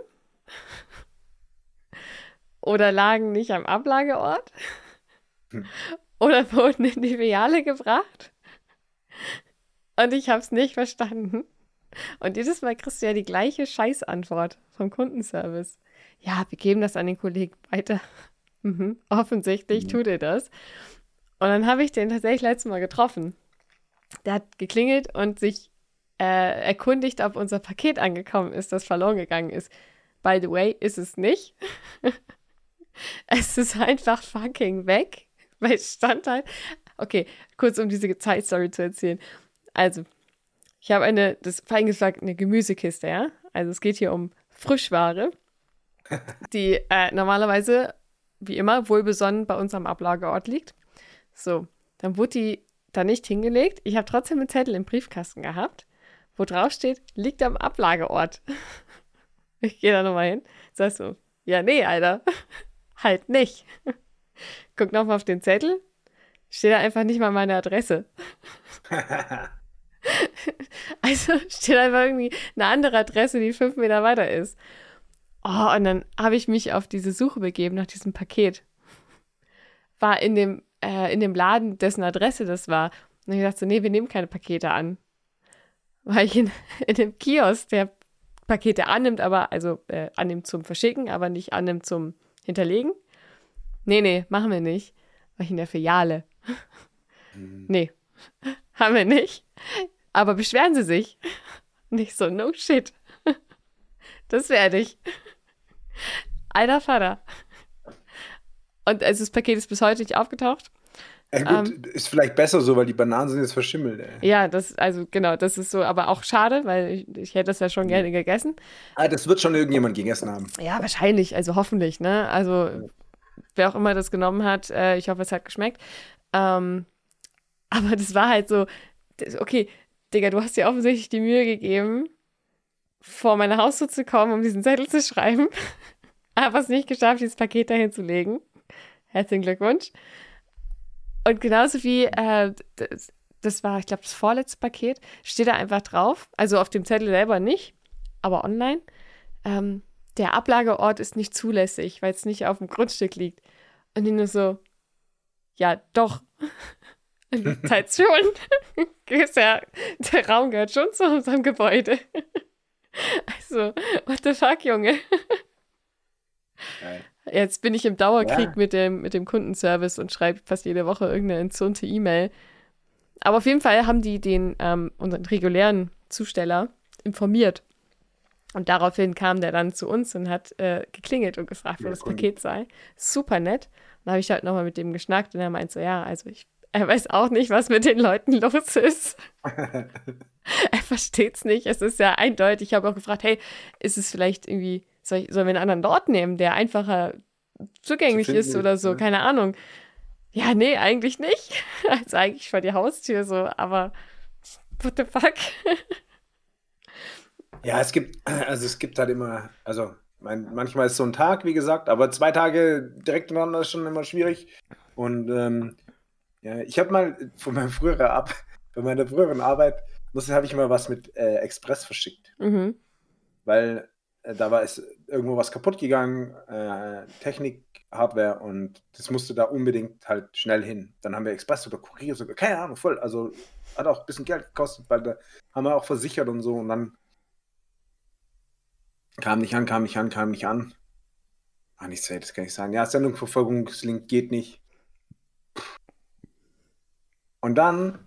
oder lagen nicht am Ablageort oder wurden in die Filiale gebracht. Und ich habe es nicht verstanden. Und jedes Mal kriegst du ja die gleiche Scheißantwort vom Kundenservice. Ja, wir geben das an den Kollegen weiter. Offensichtlich tut er das. Und dann habe ich den tatsächlich letztes Mal getroffen. Der hat geklingelt und sich erkundigt, ob unser Paket angekommen ist, das verloren gegangen ist. By the way, ist es nicht. Es ist einfach fucking weg. Weil es stand halt... Okay, kurz um diese Zeitstory zu erzählen. Also, ich habe eine Gemüsekiste, ja? Also es geht hier um Frischware, die normalerweise, wie immer, wohlbesonnen bei uns am Ablageort liegt. So, dann wurde die da nicht hingelegt. Ich habe trotzdem einen Zettel im Briefkasten gehabt, wo drauf steht, liegt am Ablageort. Ich gehe da nochmal hin. Sagst du, ja, nee, Alter, halt nicht. Guck nochmal auf den Zettel, steht da einfach nicht mal meine Adresse. Also steht einfach irgendwie eine andere Adresse, die 5 Meter weiter ist. Oh, und dann habe ich mich auf diese Suche begeben nach diesem Paket. War in dem Laden, dessen Adresse das war. Und ich dachte so, nee, wir nehmen keine Pakete an. Weil ich in dem Kiosk, der Pakete annimmt, aber, also annimmt zum Verschicken, aber nicht annimmt zum Hinterlegen. Nee, machen wir nicht. War ich in der Filiale. Nee, haben wir nicht. Aber beschweren Sie sich. Nicht so, no shit. Das werde ich. Alter Vater. Und also das Paket ist bis heute nicht aufgetaucht. Ja, gut, ist vielleicht besser so, weil die Bananen sind jetzt verschimmelt. Ey. Ja, das ist so, aber auch schade, weil ich hätte das ja schon gerne gegessen. Das wird schon irgendjemand gegessen haben. Ja, wahrscheinlich, also hoffentlich, ne? Also wer auch immer das genommen hat, ich hoffe, es hat geschmeckt. Aber das war halt so, okay, Digga, du hast dir offensichtlich die Mühe gegeben, vor meine Haustür zu kommen, um diesen Zettel zu schreiben. Aber es nicht geschafft, dieses Paket dahin zu legen. Herzlichen Glückwunsch. Und genauso wie, das war, ich glaube, das vorletzte Paket, steht da einfach drauf, also auf dem Zettel selber nicht, aber online, der Ablageort ist nicht zulässig, weil es nicht auf dem Grundstück liegt. Und die nur so, ja, doch. Zeit schon. Der Raum gehört schon zu unserem Gebäude. Also, what the fuck, Junge? Geil. Jetzt bin ich im Dauerkrieg mit dem Kundenservice und schreibe fast jede Woche irgendeine entzürnte E-Mail. Aber auf jeden Fall haben die unseren regulären Zusteller informiert. Und daraufhin kam der dann zu uns und hat geklingelt und gefragt, wo das Paket sei. Super nett. Dann habe ich halt nochmal mit dem geschnackt und er meint so, ja, also er weiß auch nicht, was mit den Leuten los ist. Er versteht's nicht. Es ist ja eindeutig. Ich habe auch gefragt, hey, ist es vielleicht irgendwie, sollen wir einen anderen Ort nehmen, der einfacher zugänglich ist oder so? Keine Ahnung. Ja, nee, eigentlich nicht. Also eigentlich vor die Haustür so, aber what the fuck? Ja, es gibt halt immer, also manchmal ist so ein Tag, wie gesagt, aber 2 Tage direkt hintereinander ist schon immer schwierig. Und ja, ich habe mal von meiner früheren Arbeit, habe ich mal was mit Express verschickt. Mhm. Weil da war irgendwo was kaputt gegangen, Technik, Hardware, und das musste da unbedingt halt schnell hin. Dann haben wir Express oder Kurier sogar, keine Ahnung, voll, also hat auch ein bisschen Geld gekostet, weil da haben wir auch versichert und so, und dann kam nicht an. Ah, nicht so, das kann ich sagen. Ja, Sendungsverfolgungslink geht nicht. Und dann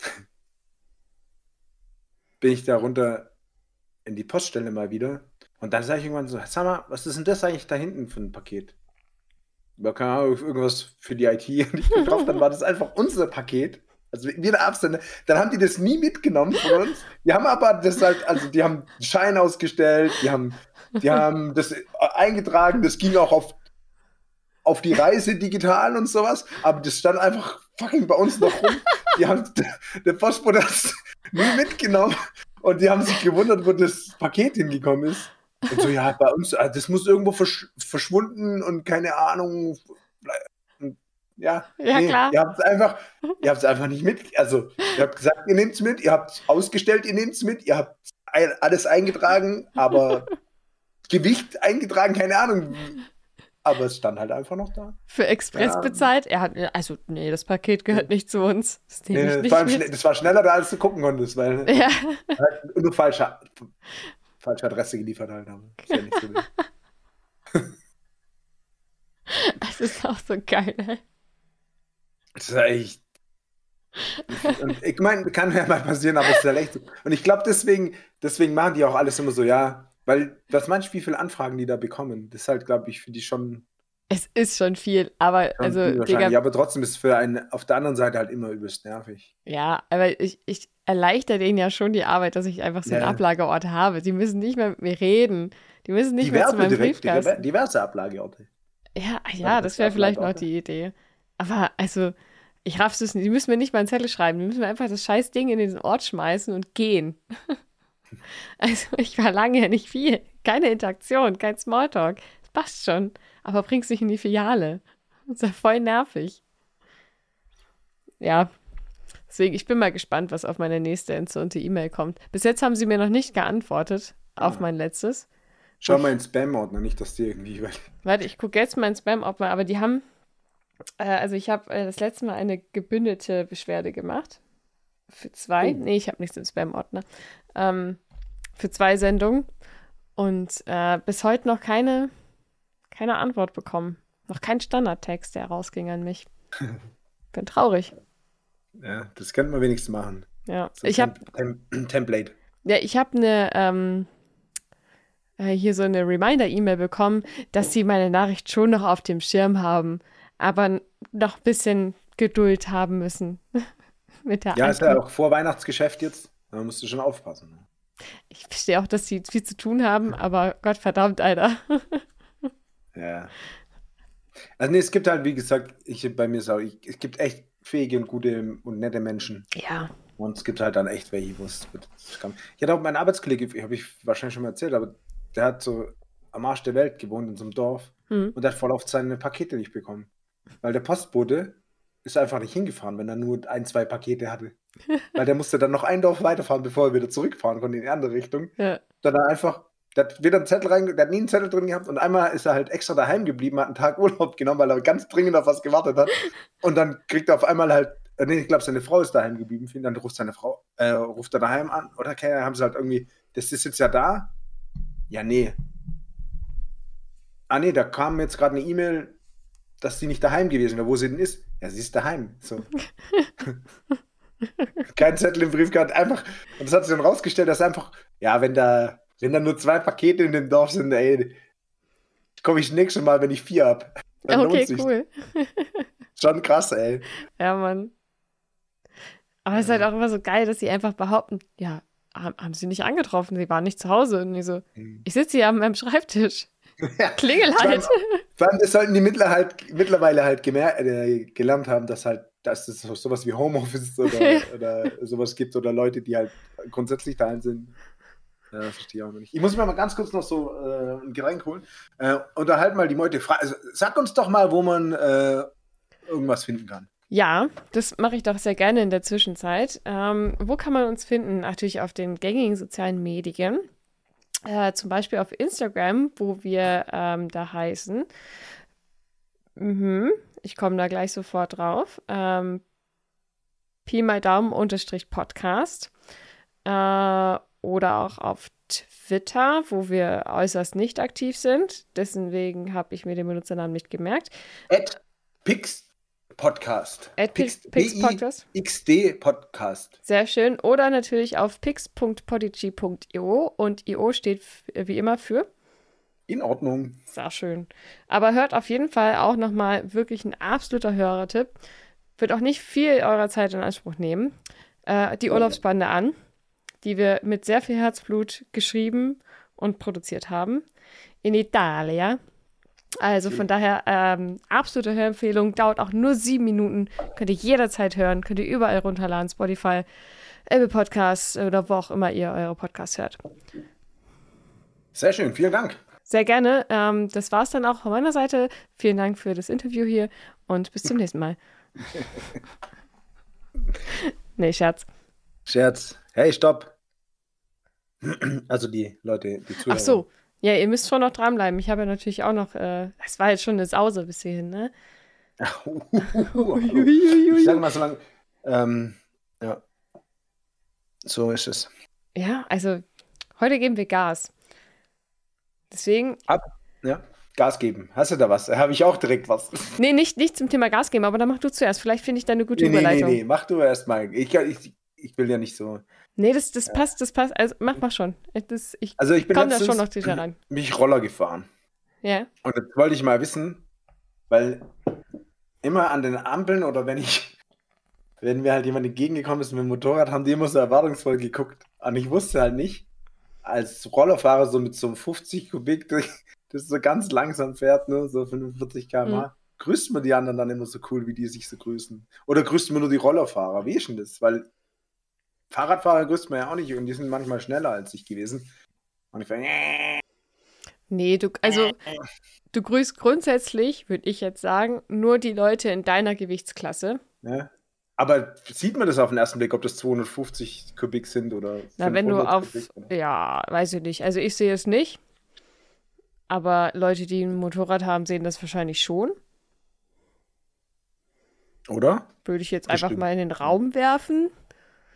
bin ich da runter in die Poststelle mal wieder. Und dann sage ich irgendwann so, sag mal, was ist denn das eigentlich da hinten für ein Paket? Ja, keine Ahnung, irgendwas für die IT. Und ich bin drauf, dann war das einfach unser Paket. Also wir der Absender. Dann haben die das nie mitgenommen von uns. Die haben aber das halt, also die haben einen Schein ausgestellt, die haben das eingetragen, das ging auch auf die Reise digital und sowas, aber das stand einfach fucking bei uns noch rum. Die haben, der Postbote hat es nie mitgenommen und die haben sich gewundert, wo das Paket hingekommen ist. Und so, ja, bei uns, das muss irgendwo verschwunden und keine Ahnung. Und ja, nee, klar. ihr habt es einfach nicht mit. Also, ihr habt gesagt, ihr nehmt es mit, ihr habt es ausgestellt, ihr nehmt es mit, ihr habt alles eingetragen, aber Gewicht eingetragen, keine Ahnung. Aber es stand halt einfach noch da. Für Express bezahlt? Nee, das Paket gehört nicht zu uns. Das nehme ich nicht mit. Das war schneller da, als du gucken konntest, weil halt nur falsche Adresse geliefert halt haben. Ist ja nicht so wild. Das ist auch so geil, ey. Das ist ja echt. Und ich meine, kann ja mal passieren, aber es ist ja echt so. Und ich glaube, deswegen machen die auch alles immer so, ja. Weil, was meinst du, wie viele Anfragen die da bekommen? Das ist halt, glaube ich, für die schon. Es ist schon viel, aber schon also, viel Digga, ja, aber trotzdem ist es für einen auf der anderen Seite halt immer übelst nervig. ja, aber ich erleichter denen ja schon die Arbeit, dass ich einfach so einen Ja. Ablageort habe. Die müssen nicht mehr mit mir reden. Die müssen nicht mehr zu meinem Briefkasten. Diverse Ablageorte. Ja, das wäre vielleicht noch die Idee. Aber also, ich raff's es nicht. Die müssen mir nicht mal einen Zettel schreiben. Die müssen mir einfach das scheiß Ding in diesen Ort schmeißen und gehen. Also, ich verlange ja nicht viel. Keine Interaktion, kein Smalltalk. Das passt schon. Aber bring's nicht in die Filiale. Das ist ja voll nervig. Ja. Deswegen, ich bin mal gespannt, was auf meine nächste entzürnte E-Mail kommt. Bis jetzt haben sie mir noch nicht geantwortet auf mein letztes. Schau mal in Spam-Ordner, nicht, dass die irgendwie. Warte, ich gucke jetzt mal in Spam-Ordner, aber die haben, also ich habe das letzte Mal eine gebündelte Beschwerde gemacht. für 2. Nee, ich habe nichts im Spam-Ordner. Für 2 Sendungen. Und bis heute noch keine Antwort bekommen. Noch kein Standardtext, der rausging an mich. Bin traurig. Ja, das könnte man wenigstens machen. Ja, So ich habe Template. ja, ich habe eine hier so eine Reminder-E-Mail bekommen, dass sie meine Nachricht schon noch auf dem Schirm haben, aber noch ein bisschen Geduld haben müssen mit der Ja, ist ja Antwort. auch vor Weihnachtsgeschäft jetzt. Da musst du schon aufpassen. Ne? Ich verstehe auch, dass sie viel zu tun haben, aber Gottverdammt, Alter. Ja. Also nee, es gibt halt, wie gesagt, bei mir ist auch, es gibt echt fähige und gute und nette Menschen. Ja. Und es gibt halt dann echt welche, wo es Ich hatte auch meinen Arbeitskollege, habe ich wahrscheinlich schon mal erzählt, aber der hat so am Arsch der Welt gewohnt in so einem Dorf Hm. und der hat voll oft seine Pakete nicht bekommen. Weil der Postbote ist einfach nicht hingefahren, wenn er nur 2 Pakete hatte. Weil der musste dann noch ein Dorf weiterfahren, bevor er wieder zurückfahren konnte in die andere Richtung. Ja. Dann einfach, der hat wieder einen Zettel der hat nie einen Zettel drin gehabt und einmal ist er halt extra daheim geblieben, hat einen Tag Urlaub genommen, weil er ganz dringend auf was gewartet hat. Und dann kriegt er auf einmal halt, nee, ich glaube, seine Frau ist daheim geblieben, dann ruft er daheim an, oder okay, haben sie halt irgendwie, das ist jetzt ja da? Ja, nee. Ah, nee, da kam jetzt gerade eine E-Mail, dass sie nicht daheim gewesen wäre. Wo sie denn ist? Ja, sie ist daheim. So. Kein Zettel im Briefkasten, einfach. Und das hat sich dann rausgestellt, dass einfach, ja, wenn da nur 2 Pakete in dem Dorf sind, ey, komme ich nächstes Mal, wenn ich 4 habe. Dann Okay, lohnt sich. cool. Schon krass, ey. Ja, Mann. Aber es ist halt auch immer so geil, dass sie einfach behaupten, ja, haben sie nicht angetroffen, sie waren nicht zu Hause. Und ich so, ich sitze hier am Schreibtisch. Klingel halt. Vor allem, das sollten die mittlerweile halt gelernt haben, dass es sowas wie Homeoffice oder sowas gibt oder Leute, die halt grundsätzlich daheim sind. Ja, das verstehe ich auch noch nicht. Ich muss mir mal ganz kurz noch so ein Getränk holen. Unterhalten mal die Leute. Also, sag uns doch mal, wo man irgendwas finden kann. Ja, das mache ich doch sehr gerne in der Zwischenzeit. Wo kann man uns finden? Natürlich auf den gängigen sozialen Medien. Zum Beispiel auf Instagram, wo wir da heißen. Ich komme da gleich sofort drauf. Pi mal Daumen _Podcast. Oder auch auf Twitter, wo wir äußerst nicht aktiv sind. Deswegen habe ich mir den Benutzernamen nicht gemerkt. @pixpodcast. @pixpodcast. XD Podcast. Sehr schön. Oder natürlich auf pix.podigy.io und io steht wie immer für. In Ordnung. Sehr schön. Aber hört auf jeden Fall auch nochmal wirklich ein absoluter Hörertipp. Wird auch nicht viel eurer Zeit in Anspruch nehmen. Die Urlaubsbande an, die wir mit sehr viel Herzblut geschrieben und produziert haben. In Italia. Also von daher absolute Hörempfehlung. Dauert auch nur 7 Minuten. Könnt ihr jederzeit hören. Könnt ihr überall runterladen. Spotify, Apple Podcasts oder wo auch immer ihr eure Podcasts hört. Sehr schön. Vielen Dank. Sehr gerne. Das war's dann auch von meiner Seite. Vielen Dank für das Interview hier und bis zum nächsten Mal. Nee, Scherz. Scherz. Hey, stopp. Also die Leute, die Zuhörer. Ach so. Ja, ihr müsst schon noch dranbleiben. Ich habe ja natürlich auch noch, es war jetzt schon eine Sause bis hierhin, ne? Ich sage mal so lange, ja, so ist es. Ja, also heute geben wir Gas. Deswegen, Ja, Gas geben. Hast du da was? Habe ich auch direkt was. nee, nicht zum Thema Gas geben, aber dann mach du zuerst. Vielleicht finde ich da eine gute Überleitung. Nee, mach du erst mal. Ich will ja nicht so. Nee, das passt. Also mach schon. Ich Also ich bin komme da schon letztens noch rein. mich Roller gefahren. Ja. Und jetzt wollte ich mal wissen, weil immer an den Ampeln oder wenn mir halt jemand entgegengekommen ist mit dem Motorrad, haben die immer so erwartungsvoll geguckt. Und ich wusste halt nicht, als Rollerfahrer so mit so einem 50 Kubik, das so ganz langsam fährt, ne, so 45 km/h, grüßt man die anderen dann immer so cool, wie die sich so grüßen. Oder grüßt man nur die Rollerfahrer? Wie ist denn das? Weil Fahrradfahrer grüßt man ja auch nicht und die sind manchmal schneller als ich gewesen. Und ich war, Nee, du grüßt grundsätzlich, würde ich jetzt sagen, nur die Leute in deiner Gewichtsklasse. ne? Aber sieht man das auf den ersten Blick, ob das 250 Kubik sind oder Na, wenn du 500 auf, Kubik, oder? ja, weiß ich nicht. Also ich sehe es nicht. Aber Leute, die ein Motorrad haben, sehen das wahrscheinlich schon. Oder? Würde ich jetzt einfach Bestimmt. mal in den Raum werfen.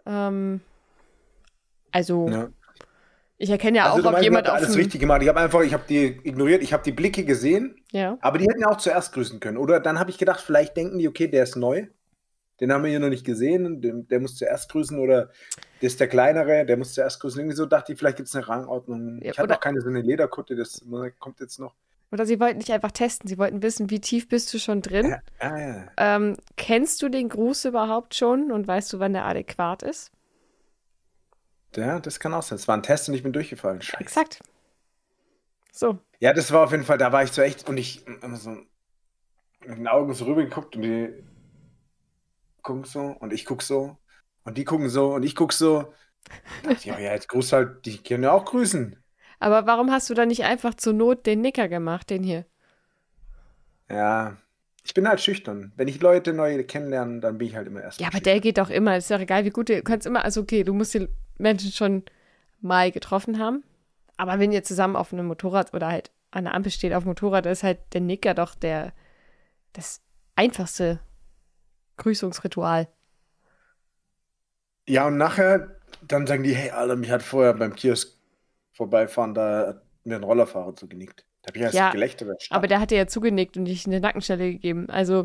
Also, Ja. ich erkenne ja Also auch, du ob meinst, ich jemand habe auf alles dem... richtig gemacht. Ich habe die ignoriert, ich habe die Blicke gesehen, Ja. aber die hätten ja auch zuerst grüßen können. Oder dann habe ich gedacht, vielleicht denken die, okay, der ist neu, den haben wir hier noch nicht gesehen, der muss zuerst grüßen oder der ist der Kleinere, der muss zuerst grüßen. Irgendwie so dachte ich, vielleicht gibt es eine Rangordnung. Ja, Ich hatte oder- noch keine so eine Lederkutte, das kommt jetzt noch. Oder sie wollten dich einfach testen. Sie wollten wissen, wie tief bist du schon drin? Ja. Kennst du den Gruß überhaupt schon und weißt du, wann der adäquat ist? Ja, das kann auch sein. Es war ein Test und ich bin durchgefallen. Scheiße. Exakt. So. Ja, das war auf jeden Fall, da war ich so echt und ich immer so mit den Augen so rüber geguckt und die gucken so und ich guck so und die gucken so und ich guck so. Da dachte ich, ja, jetzt grüß halt, die können ja auch grüßen. Aber warum hast du dann nicht einfach zur Not den Nicker gemacht, den hier? Ja, ich bin halt schüchtern. Wenn ich Leute neu kennenlerne, dann bin ich halt immer erst Ja, mal aber der geht doch immer. Ist doch egal, wie gut du kannst immer. Also, okay, du musst die Menschen schon mal getroffen haben. Aber wenn ihr zusammen auf einem Motorrad oder halt an der Ampel steht auf dem Motorrad, ist halt der Nicker doch das einfachste Grüßungsritual. Ja, und nachher, dann sagen die, hey, Alter, mich hat vorher beim Kiosk vorbeifahren, da hat mir ein Rollerfahrer zugenickt. Da habe ich erst Ja, gelächelt. Aber der hat dir ja zugenickt und dich eine Nackenstelle gegeben. Also,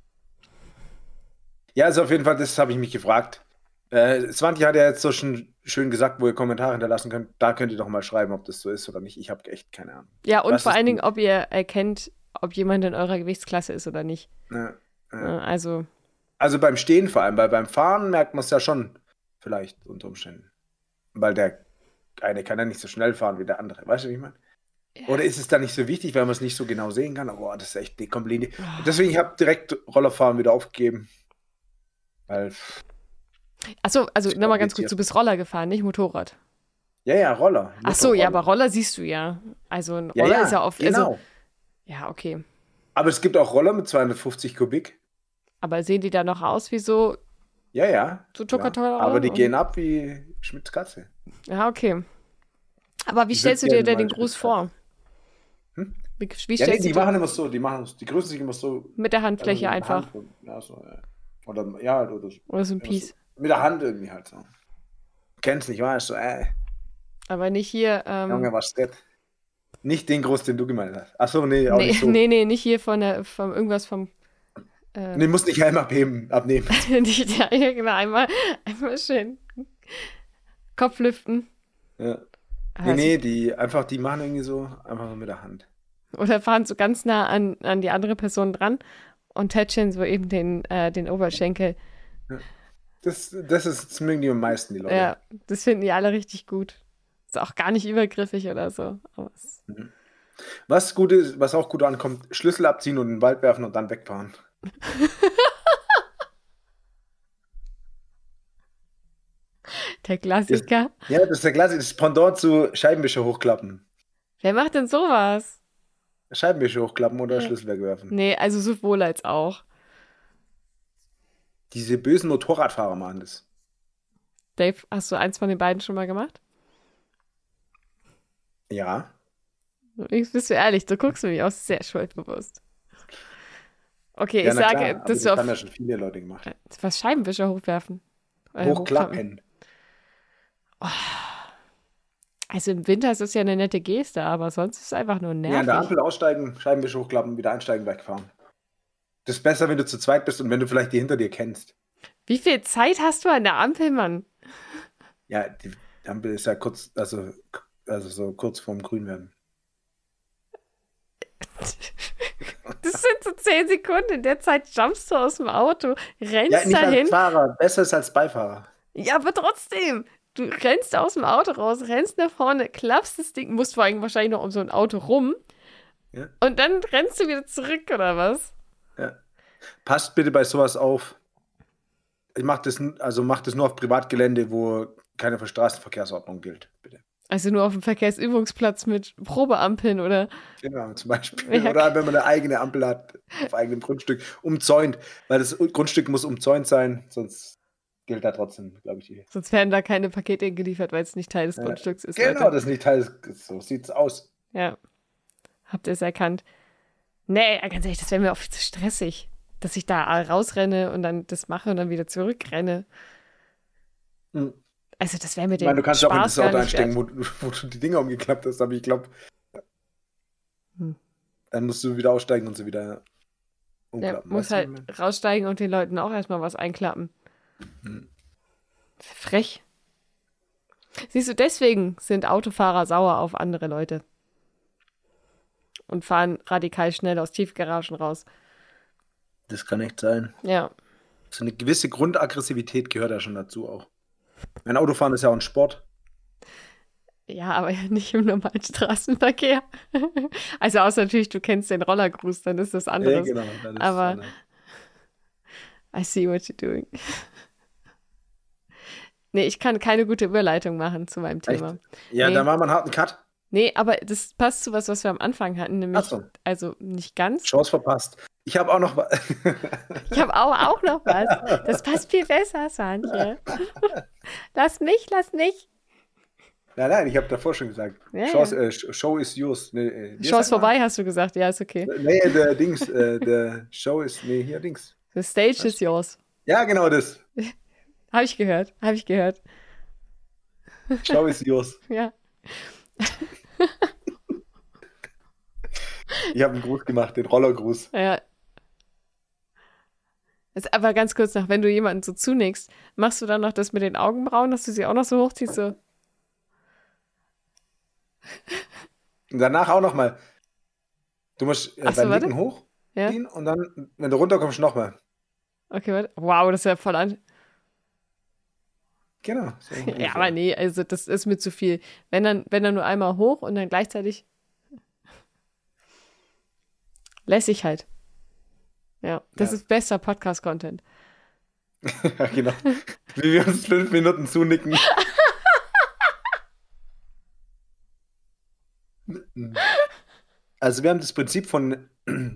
Ja, also auf jeden Fall, das habe ich mich gefragt. Svanti hat ja jetzt so schon schön gesagt, wo ihr Kommentare hinterlassen könnt. Da könnt ihr doch mal schreiben, ob das so ist oder nicht. Ich habe echt keine Ahnung. ja, und Was vor ist allen Dingen, gut? ob ihr erkennt, ob jemand in eurer Gewichtsklasse ist oder nicht. Ja, ja. Also, Also beim Stehen vor allem, weil beim Fahren merkt man es ja schon vielleicht unter Umständen. Weil der eine kann ja nicht so schnell fahren wie der andere. Weißt du, wie ich meine? Oder ist es dann nicht so wichtig, weil man es nicht so genau sehen kann? Aber das ist echt die komplette. Deswegen, ich habe direkt Rollerfahren wieder aufgegeben. Weil, achso, also Ist nochmal ganz kompliziert. kurz, du bist Roller gefahren, nicht Motorrad. ja, Roller. Ach so, ja, Motorroller. aber Roller siehst du ja. Also ein Ja, Roller ja, ist ja oft, genau. also, ja, okay. Aber es gibt auch Roller mit 250 Kubik. Aber sehen die da noch aus wie so, Ja. So klar. Tucker-Tucker Aber die und- gehen ab wie Schmitz Katze. ja, okay. Aber wie Die stellst du sind dir denn gerne den mal Gruß Schmitz vor? Hm? Wie Ja, stellst nee, du die dir machen immer so, die grüßen sich immer so. mit der Handfläche mit der einfach? Hand, ja, so, ja. Oder, ja, oder so. Oder so ein Immer Piece? so. Mit der Hand irgendwie halt so. Kennst nicht, weißt du, Aber nicht hier, Junge, was geht? Nicht den Gruß, den du gemeint hast. Achso, nee, auch nee, nicht so. nee, nicht hier vom irgendwas vom, Nee, musst nicht Helm abnehmen. nicht, ja, genau, einmal schön Kopf lüften. Ja. Also, Nee, die machen irgendwie so, einfach so mit der Hand. Oder fahren so ganz nah an die andere Person dran und tätscheln so eben den Oberschenkel. Das mögen die am meisten, die Leute. Ja, das finden die alle richtig gut. Ist auch gar nicht übergriffig oder so. Aber Was auch gut ankommt, Schlüssel abziehen und in den Wald werfen und dann wegfahren. der Klassiker. Ja, das ist der Klassiker, das Pendant zu Scheibenwischer hochklappen. Wer macht denn sowas? Scheibenwischer hochklappen oder Ja. Schlüssel wegwerfen. Nee, also sowohl als auch. Diese bösen Motorradfahrer machen das. Dave, hast du eins von den beiden schon mal gemacht? Ja. Jetzt bist du ehrlich, du guckst mich auch sehr schuldbewusst. Okay, Ja, ich na sage, klar, aber dass das du haben auf ja schon viele Leute gemacht. was Scheibenwischer hochwerfen. Hochklappen. Also im Winter ist es ja eine nette Geste, aber sonst ist es einfach nur Ja, an nervig. der Ampel aussteigen, Scheibenwischer hochklappen, wieder einsteigen, wegfahren. Das ist besser, wenn du zu zweit bist und wenn du vielleicht die hinter dir kennst. Wie viel Zeit hast du an der Ampel, Mann? Ja, die Ampel ist ja kurz, also so kurz vorm Grünwerden. Das sind so 10 Sekunden. In der Zeit jumpst du aus dem Auto, Ja, rennst nicht dahin. als Fahrer, besser ist als Beifahrer. Ja, aber trotzdem. Du rennst aus dem Auto raus, rennst nach vorne, klappst das Ding, musst vor allem wahrscheinlich noch um so ein Auto rum. Ja. Und dann rennst du wieder zurück, oder was? Ja. Passt bitte bei sowas auf. Ich mach das nur auf Privatgelände, wo keine Straßenverkehrsordnung gilt, bitte. Also nur auf dem Verkehrsübungsplatz mit Probeampeln oder. Genau, zum Beispiel. Ja. Oder wenn man eine eigene Ampel hat, auf eigenem Grundstück, umzäunt. Weil das Grundstück muss umzäunt sein, sonst gilt da trotzdem, glaube ich. Sonst werden da keine Pakete geliefert, weil es nicht Teil des Grundstücks ist. Genau, Leute. das ist nicht Teil des, so sieht's aus. Ja. Habt ihr es erkannt? Nee, ganz ehrlich, das wäre mir auch viel zu stressig. Dass ich da rausrenne und dann das mache und dann wieder zurückrenne. Hm. Also das wäre mit Ich meine, dem du kannst ja auch in Spaß das gar Auto nicht einsteigen, wert. wo du die Dinger umgeklappt hast, aber ich glaube, Hm. dann musst du wieder aussteigen und sie wieder Der umklappen. muss Weißt du, halt wie ich meine? raussteigen und den Leuten auch erstmal was einklappen. Hm. Frech. Siehst du, deswegen sind Autofahrer sauer auf andere Leute. Und fahren radikal schnell aus Tiefgaragen raus. Das kann echt sein. Ja. So eine gewisse Grundaggressivität gehört ja schon dazu auch. Ein Autofahren ist ja auch ein Sport. Ja, aber ja nicht im normalen Straßenverkehr. Also außer natürlich, du kennst den Rollergruß, dann ist das Ja, anderes. genau. Das ist Aber anders. I see what you're doing. Nee, ich kann keine gute Überleitung machen zu meinem Thema. Ja, Nee. da machen wir einen harten Cut. Nee, aber das passt zu was wir am Anfang hatten, nämlich, Ach so. also nicht ganz. Chance verpasst. Ich habe auch noch was. Ich habe auch noch was. Das passt viel besser, Santje. Lass mich. Nein, ich habe davor schon gesagt. Ja, Chance, Show is yours. Nee, wie Chance sagt man? vorbei, hast du gesagt. Ja, ist okay. Nee, der Dings, der Show ist, nee, hier Dings. The stage is yours. Ja, genau das. Habe ich gehört. Show is yours. Ja. Ich habe einen Gruß gemacht, den Rollergruß. Ja. Jetzt aber ganz kurz noch, wenn du jemanden so zunickst, machst du dann noch das mit den Augenbrauen, dass du sie auch noch so hochziehst? So. Und danach auch nochmal. Du musst Ach so, beim warte. Nicken hoch Ja. ziehen und dann, wenn du runterkommst, nochmal. Okay, warte. Wow, das ist ja voll an. Genau. So Ja, ungefähr. aber nee, also das ist mir zu viel. Wenn dann nur einmal hoch und dann gleichzeitig lässig halt. Ja, das Ja. ist bester Podcast-Content. Ja, genau. Wie wir uns 5 Minuten zunicken. Also wir haben das Prinzip von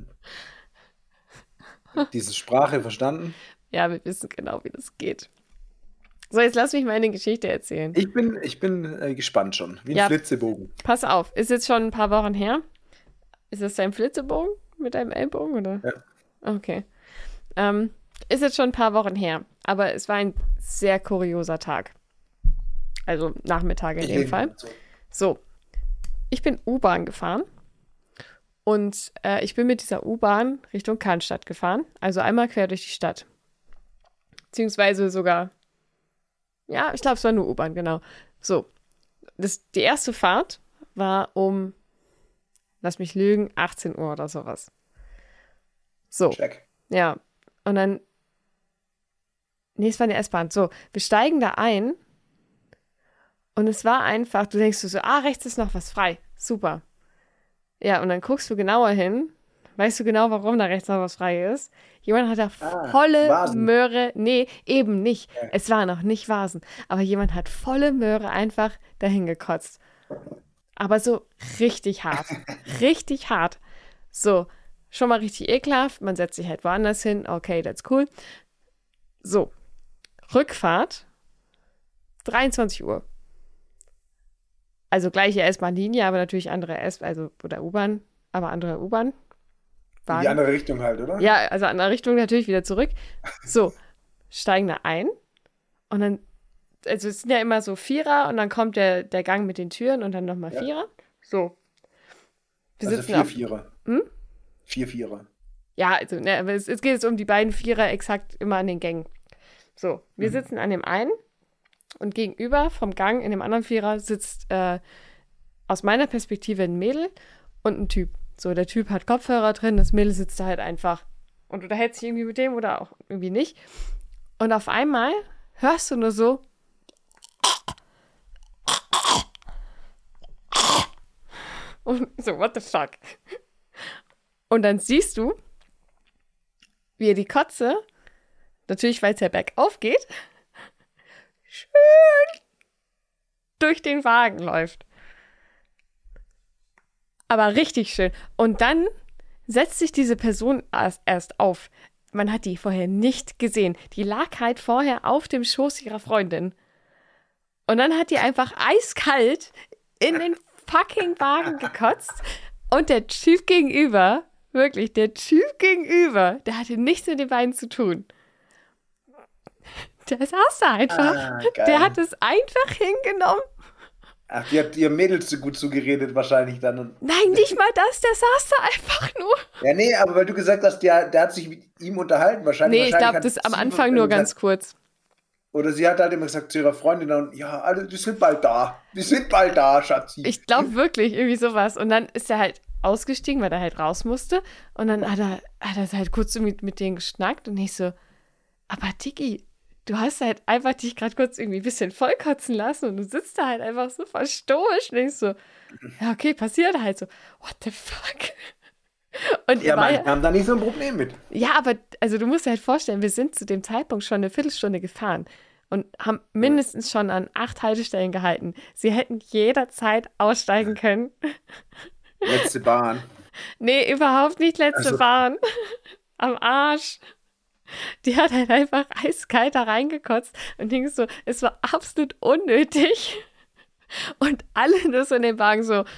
dieser Sprache verstanden. Ja, wir wissen genau, wie das geht. So, jetzt lass mich mal eine Geschichte erzählen. Ich bin gespannt schon. Wie ein Ja. Flitzebogen. Pass auf, ist jetzt schon ein paar Wochen her. Ist das dein Flitzebogen mit deinem Ellbogen, oder? Ja. Okay. Ist jetzt schon ein paar Wochen her, aber es war ein sehr kurioser Tag. Also Nachmittag in dem Fall. So, ich bin U-Bahn gefahren und ich bin mit dieser U-Bahn Richtung Cannstatt gefahren, also einmal quer durch die Stadt. Beziehungsweise sogar, ja, ich glaube, es war nur U-Bahn, genau. So, die erste Fahrt war um, lass mich lügen, 18 Uhr oder sowas. So, Check. ja, und dann, nee, es war eine S-Bahn. So, wir steigen da ein und es war einfach, du denkst so, rechts ist noch was frei. Super. Ja, und dann guckst du genauer hin, weißt du genau, warum da rechts noch was frei ist? Jemand hat da volle Vasen. Möhre, nee, eben nicht. Ja. Es waren noch nicht Vasen, aber jemand hat volle Möhre einfach dahin gekotzt. Aber so richtig hart. Richtig hart. So, schon mal richtig ekelhaft. Man setzt sich halt woanders hin. Okay, that's cool. So, Rückfahrt, 23 Uhr. Also gleiche S-Bahn-Linie, aber natürlich andere oder U-Bahn, aber andere U-Bahn. In die andere Richtung halt, oder? Ja, also andere Richtung natürlich wieder zurück. So, steigen da ein und dann, also es sind ja immer so Vierer und dann kommt der Gang mit den Türen und dann nochmal Ja. Vierer. So. Wir Also sitzen 4 auf. Vierer. Hm? 4 Vierer. Ja, also, ne, aber es geht jetzt um die beiden Vierer exakt immer an den Gängen. So, wir sitzen an dem einen und gegenüber vom Gang in dem anderen Vierer sitzt aus meiner Perspektive ein Mädel und ein Typ. So, der Typ hat Kopfhörer drin, das Mädel sitzt da halt einfach und unterhält sich irgendwie mit dem oder auch irgendwie nicht. Und auf einmal hörst du nur so und so, what the fuck? Und dann siehst du, wie er die Kotze, natürlich, weil es ja bergauf geht, schön durch den Wagen läuft. Aber richtig schön. Und dann setzt sich diese Person erst auf. Man hat die vorher nicht gesehen. Die lag halt vorher auf dem Schoß ihrer Freundin. Und dann hat die einfach eiskalt in den fucking Wagen gekotzt. Und der Typ gegenüber, der hatte nichts mit den beiden zu tun. Der saß da einfach. geil. Der hat es einfach hingenommen. Ach, die hat ihr Mädels so gut zugeredet wahrscheinlich dann. Und Nein, nicht mal das, der saß da einfach nur. ja, nee, aber weil du gesagt hast, der hat sich mit ihm unterhalten. Wahrscheinlich Nee, ich glaube, hat das am sie Anfang nur ganz gesagt, kurz. oder sie hat halt immer gesagt zu ihrer Freundin dann, ja, alle, die sind bald da. Die sind bald da, Schatzi. Ich glaube wirklich, irgendwie sowas. Und dann ist er halt ausgestiegen, weil er halt raus musste. Und dann hat er halt kurz mit denen geschnackt. Und ich so, aber Tiki, du hast halt einfach dich gerade kurz irgendwie ein bisschen vollkotzen lassen. Und du sitzt da halt einfach so verstoisch. Und ich so, ja, okay, passiert halt so. What the fuck? Und Ja, manche haben da nicht so ein Problem mit. ja, aber also du musst dir halt vorstellen, wir sind zu dem Zeitpunkt schon eine Viertelstunde gefahren und haben mindestens schon an 8 Haltestellen gehalten. Sie hätten jederzeit aussteigen können. Letzte Bahn. Nee, überhaupt nicht letzte Also- Bahn. Am Arsch. Die hat halt einfach eiskalt da reingekotzt und denkst so, es war absolut unnötig. Und alle nur so in den Wagen so,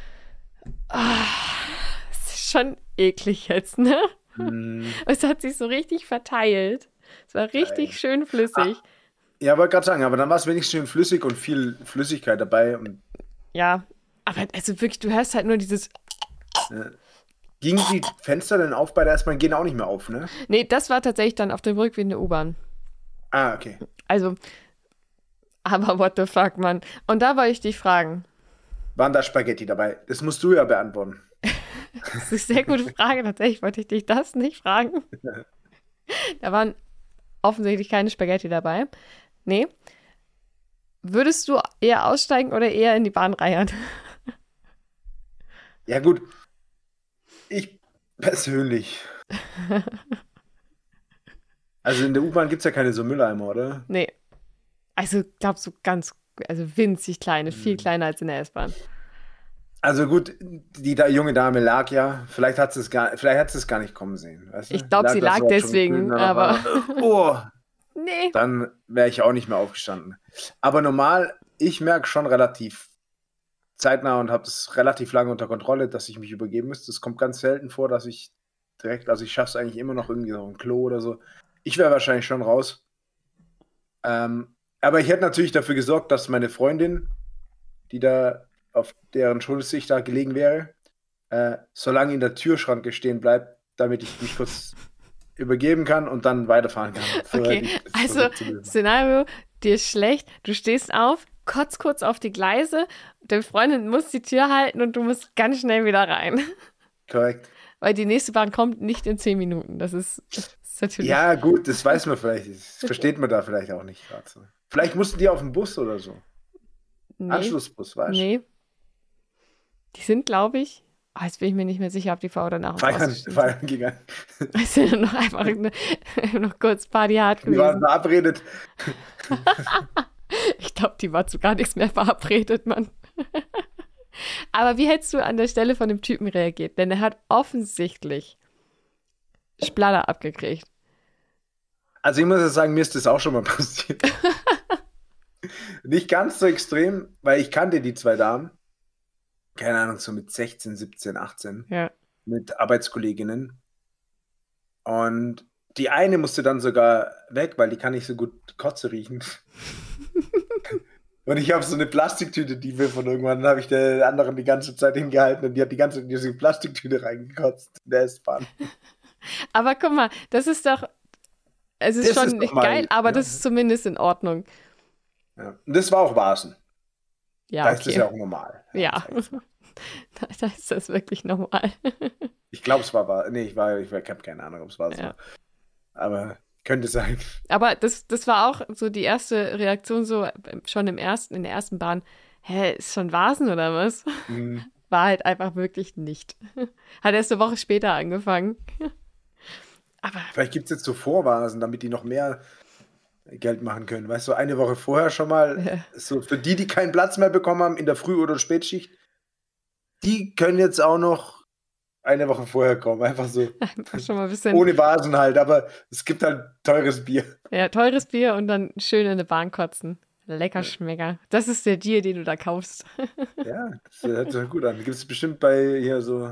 es ist schon eklig jetzt, ne? Hm. Es hat sich so richtig verteilt. Es war richtig schön flüssig. Ja, wollte gerade sagen, aber dann war es wenigstens schön flüssig und viel Flüssigkeit dabei. Und Ja, aber also wirklich, du hörst halt nur dieses. gingen die Fenster denn auf bei der S-Bahn? Gehen auch nicht mehr auf, ne? Nee, das war tatsächlich dann auf dem Rückweg in der U-Bahn. Ah, okay. Also, aber what the fuck, Mann. Und da wollte ich dich fragen. Waren da Spaghetti dabei? Das musst du ja beantworten. Das ist eine sehr gute Frage. Tatsächlich wollte ich dich das nicht fragen. Da waren offensichtlich keine Spaghetti dabei. Nee. Würdest du eher aussteigen oder eher in die Bahn reiern? Ja, gut. Ich persönlich. Also in der U-Bahn gibt es ja keine so Mülleimer, oder? Nee. Also, glaubst du, also winzig kleine, viel kleiner als in der S-Bahn. Also gut, die junge Dame lag ja. Vielleicht hat sie es gar nicht kommen sehen. Weißt du? Ich glaube, sie da lag so schon deswegen, grün, aber. Oh, Nee. dann wäre ich auch nicht mehr aufgestanden. Aber normal, ich merke schon relativ zeitnah und habe das relativ lange unter Kontrolle, dass ich mich übergeben müsste. Es kommt ganz selten vor, dass ich also ich schaffe es eigentlich immer noch irgendwie so ein Klo oder so. Ich wäre wahrscheinlich schon raus. Aber ich hätte natürlich dafür gesorgt, dass meine Freundin, die da auf deren Schulter ich da gelegen wäre, so lange in der Türschranke stehen bleibt, damit ich mich kurz übergeben kann und dann weiterfahren kann. Okay, also Szenario, dir ist schlecht, du stehst auf, kotzt kurz auf die Gleise, deine Freundin muss die Tür halten und du musst ganz schnell wieder rein. Korrekt. Weil die nächste Bahn kommt nicht in 10 Minuten. Das ist natürlich. Ja, gut, das weiß man vielleicht. Das versteht man da vielleicht auch nicht gerade so. Vielleicht mussten die auf den Bus oder so. Nee, Anschlussbus, weißt du? nee. Die sind, glaube ich, jetzt bin ich mir nicht mehr sicher, ob die Frau danach uns ausgestiegen Feiern gegangen. sind. Es sind noch einfach noch kurz Party hart Die waren gewesen. verabredet. Ich glaube, die war zu gar nichts mehr verabredet, Mann. Aber wie hättest du an der Stelle von dem Typen reagiert? Denn er hat offensichtlich Splatter abgekriegt. Also ich muss ja sagen, mir ist das auch schon mal passiert. Nicht ganz so extrem, weil ich kannte die zwei Damen. Keine Ahnung, so mit 16, 17, 18. Ja. Mit Arbeitskolleginnen. Und die eine musste dann sogar weg, weil die kann nicht so gut Kotze riechen. Und ich habe so eine Plastiktüte, die wir von irgendwann, habe ich der anderen die ganze Zeit hingehalten und die hat die ganze Zeit in diese Plastiktüte reingekotzt in der S-Bahn. Aber guck mal, das ist doch, es ist Das schon ist doch nicht mal- geil, aber ja. das ist zumindest in Ordnung. Ja. Und das war auch Vasen. Ja, Da ist das okay. ja auch normal. Ja, da ist das wirklich normal. Ich glaube, es war Vasen. Nee, ich habe keine Ahnung, ob es Vasen Ja. war. Aber könnte sein. Aber das war auch so die erste Reaktion, so schon in der ersten Bahn. Hä, ist schon Vasen oder was? Mhm. War halt einfach wirklich nicht. Hat erst eine Woche später angefangen. Aber Vielleicht gibt es jetzt so Vorvasen, damit die noch mehr Geld machen können. Weißt du, eine Woche vorher schon mal, Ja. so für die keinen Platz mehr bekommen haben in der Früh- oder Spätschicht, die können jetzt auch noch eine Woche vorher kommen. Einfach so. einfach schon mal ein bisschen Ohne Vasen halt, aber es gibt halt teures Bier. ja, teures Bier und dann schön in eine Bahn kotzen. Lecker Schmecker. Das ist der Deal, den du da kaufst. Ja, das hört sich gut an. Gibt es bestimmt bei hier so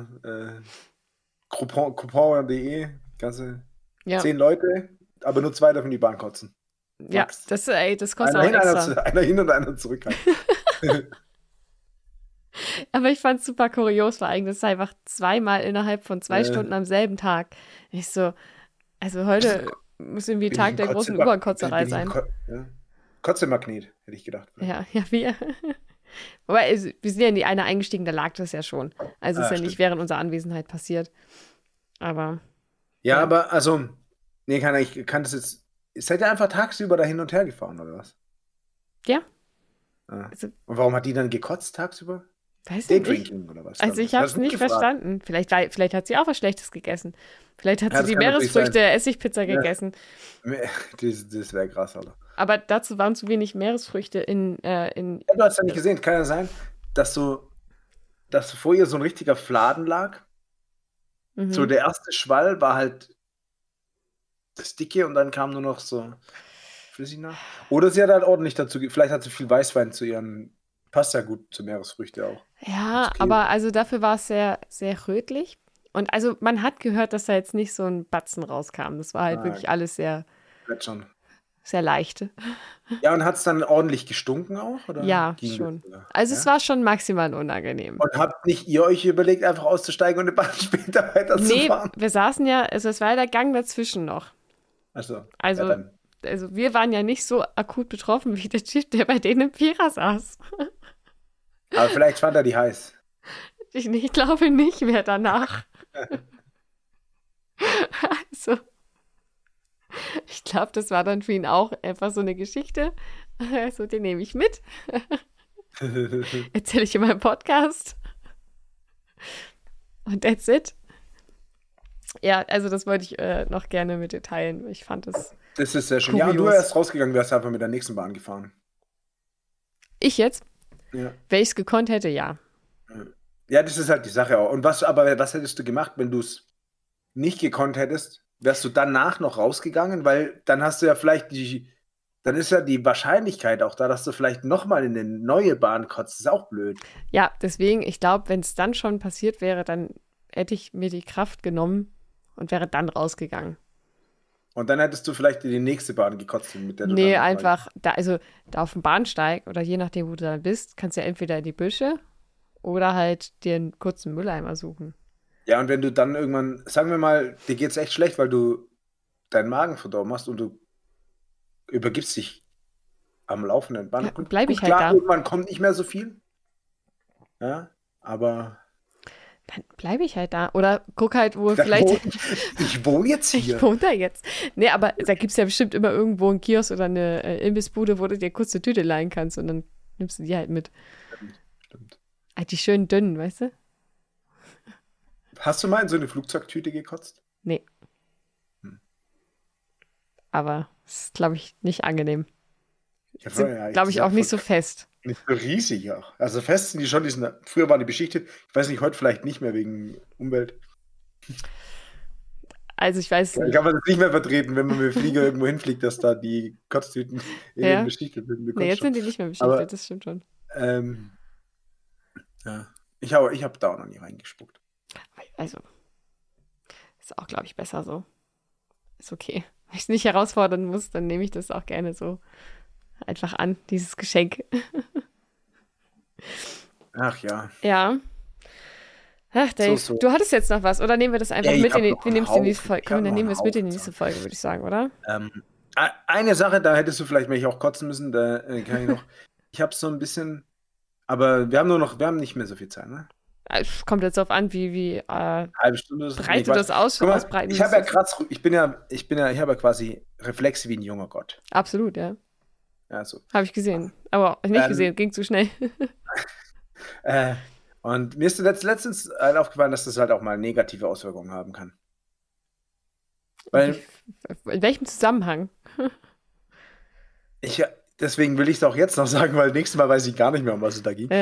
Coupon.de, ganze Ja. 10 Leute, aber nur 2 davon die Bahn kotzen. Ja, Max. das kostet Einer auch hin, extra. einer hin und einer zurück. Halt. Aber ich fand es super kurios, vor allem, das ist einfach zweimal innerhalb von 2 Stunden am selben Tag. Ich so, also heute muss irgendwie Bin ich Tag ein der großen Kotzemag- Überkotzerei bin ich ein sein. Ja. Kotzemagnet, hätte ich gedacht. Ja, wir. Wobei, wir sind ja in die eine eingestiegen, da lag das ja schon. Also ist ja nicht Stimmt. während unserer Anwesenheit passiert. Aber Ja, Ja. aber also, nee, ich kann das jetzt. Seid ihr einfach tagsüber da hin und her gefahren, oder was? ja, Ah. also, Und warum hat die dann gekotzt tagsüber? weiß ich nicht. Daydrinking oder was? Also ich Hast habe es du nicht gefragt? verstanden. Vielleicht hat sie auch was Schlechtes gegessen. Vielleicht hat Ja, sie das die kann natürlich sein. Meeresfrüchte-Essigpizza Ja. gegessen. Das wäre krass, Alter. Aber dazu waren zu wenig Meeresfrüchte in Ja, du hast ja nicht gesehen, kann ja sein, dass vor ihr so ein richtiger Fladen lag. So der erste Schwall war halt das Dicke und dann kam nur noch so flüssig nach. Oder sie hat halt ordentlich vielleicht hat sie viel Weißwein zu ihren, passt ja gut zu Meeresfrüchte auch. Ja, Okay. aber also dafür war es sehr, sehr rötlich. Und also man hat gehört, dass da jetzt nicht so ein Batzen rauskam. Das war halt Ah, wirklich alles sehr, Wird schon. sehr leicht. Ja, und hat es dann ordentlich gestunken auch? Oder Ja, ging das schon. sogar? Also Ja? es war schon maximal unangenehm. Und habt nicht ihr euch überlegt, einfach auszusteigen und eine Bahn später Nee, weiterzufahren? wir saßen ja, also es war ja der Gang dazwischen noch. Achso. Also, ja, dann. also wir waren ja nicht so akut betroffen wie der Typ, der bei denen im Vierer saß. Aber vielleicht fand er die heiß. Ich glaube nicht mehr danach. Also, ich glaube, das war dann für ihn auch einfach so eine Geschichte. Also, den nehme ich mit. Erzähle ich in meinem Podcast. Und that's it. Ja, also das wollte ich noch gerne mit dir teilen. Ich fand es. Das ist sehr schön. Ja, und du Kurios. wärst rausgegangen, wärst einfach mit der nächsten Bahn gefahren. Ich jetzt? Ja. Wenn ich es gekonnt hätte, ja. Ja, das ist halt die Sache auch. Und was hättest du gemacht, wenn du es nicht gekonnt hättest? Wärst du danach noch rausgegangen? Weil dann hast du ja vielleicht dann ist ja die Wahrscheinlichkeit auch da, dass du vielleicht nochmal in eine neue Bahn kotzt. Das ist auch blöd. Ja, deswegen, ich glaube, wenn es dann schon passiert wäre, dann hätte ich mir die Kraft genommen und wäre dann rausgegangen. Und dann hättest du vielleicht in die nächste Bahn gekotzt, mit der du Nee, dann einfach, da auf dem Bahnsteig oder je nachdem, wo du da bist, kannst du ja entweder in die Büsche oder halt dir einen kurzen Mülleimer suchen. Ja, und wenn du dann irgendwann, sagen wir mal, dir geht's echt schlecht, weil du deinen Magen verdorben hast und du übergibst dich am laufenden Band. Ja, Gut, bleib ich gut, halt klar, da. irgendwann kommt nicht mehr so viel. Ja, aber Dann bleibe ich halt da. Oder guck halt, wo da vielleicht. ich wohne jetzt hier. Ich wohne da jetzt. Nee, aber da gibt es ja bestimmt immer irgendwo einen Kiosk oder eine Imbissbude, wo du dir kurz eine Tüte leihen kannst und dann nimmst du die halt mit. Stimmt. Halt die schönen dünnen, weißt du? Hast du mal in so eine Flugzeugtüte gekotzt? Nee. Aber es ist, glaube ich, nicht angenehm. Ja, Sind, ja, glaube ich, auch nicht so fest. Nicht so riesig auch. Also fest sind die schon, früher waren die beschichtet. Ich weiß nicht, heute vielleicht nicht mehr wegen Umwelt. Also ich weiß Ja, nicht. kann man das nicht mehr vertreten, wenn man mit dem Flieger irgendwo hinfliegt, dass da die Kotztüten Ja. beschichtet sind. Mir Nee, kommt's jetzt schon. sind die nicht mehr beschichtet, Aber- das stimmt schon. Ja. Ich hab da auch noch nie reingespuckt. Also, ist auch, glaube ich, besser so. Ist okay. Wenn ich es nicht herausfordern muss, dann nehme ich das auch gerne so einfach an, dieses Geschenk. Ach ja. Ja. Ach, Dave, So. du hattest jetzt noch was, oder nehmen wir das einfach Ja, ich mit hab in die, noch wir einen nehmen es in die nächste Haufen. Folge. Ich hab Komm, dann noch nehmen wir es einen mit in die Haufen nächste Folge, würde ich sagen, oder? Eine Sache, da hättest du vielleicht mich auch kotzen müssen, da kann ich noch. Ich habe so ein bisschen, aber wir haben nicht mehr so viel Zeit, ne? Es kommt jetzt darauf an, wie Halbe Stunde. breit du das Guck mal, ausbreiten ich habe ja möchtest. krass, ich habe ja quasi Reflexe wie ein junger Gott. Absolut, ja. Ja, so. Habe ich gesehen. Aber nicht gesehen, ging zu schnell. Und mir ist letztens halt aufgefallen, dass das halt auch mal negative Auswirkungen haben kann. Weil In welchem Zusammenhang? deswegen will ich es auch jetzt noch sagen, weil nächstes Mal weiß ich gar nicht mehr, um was es da ging.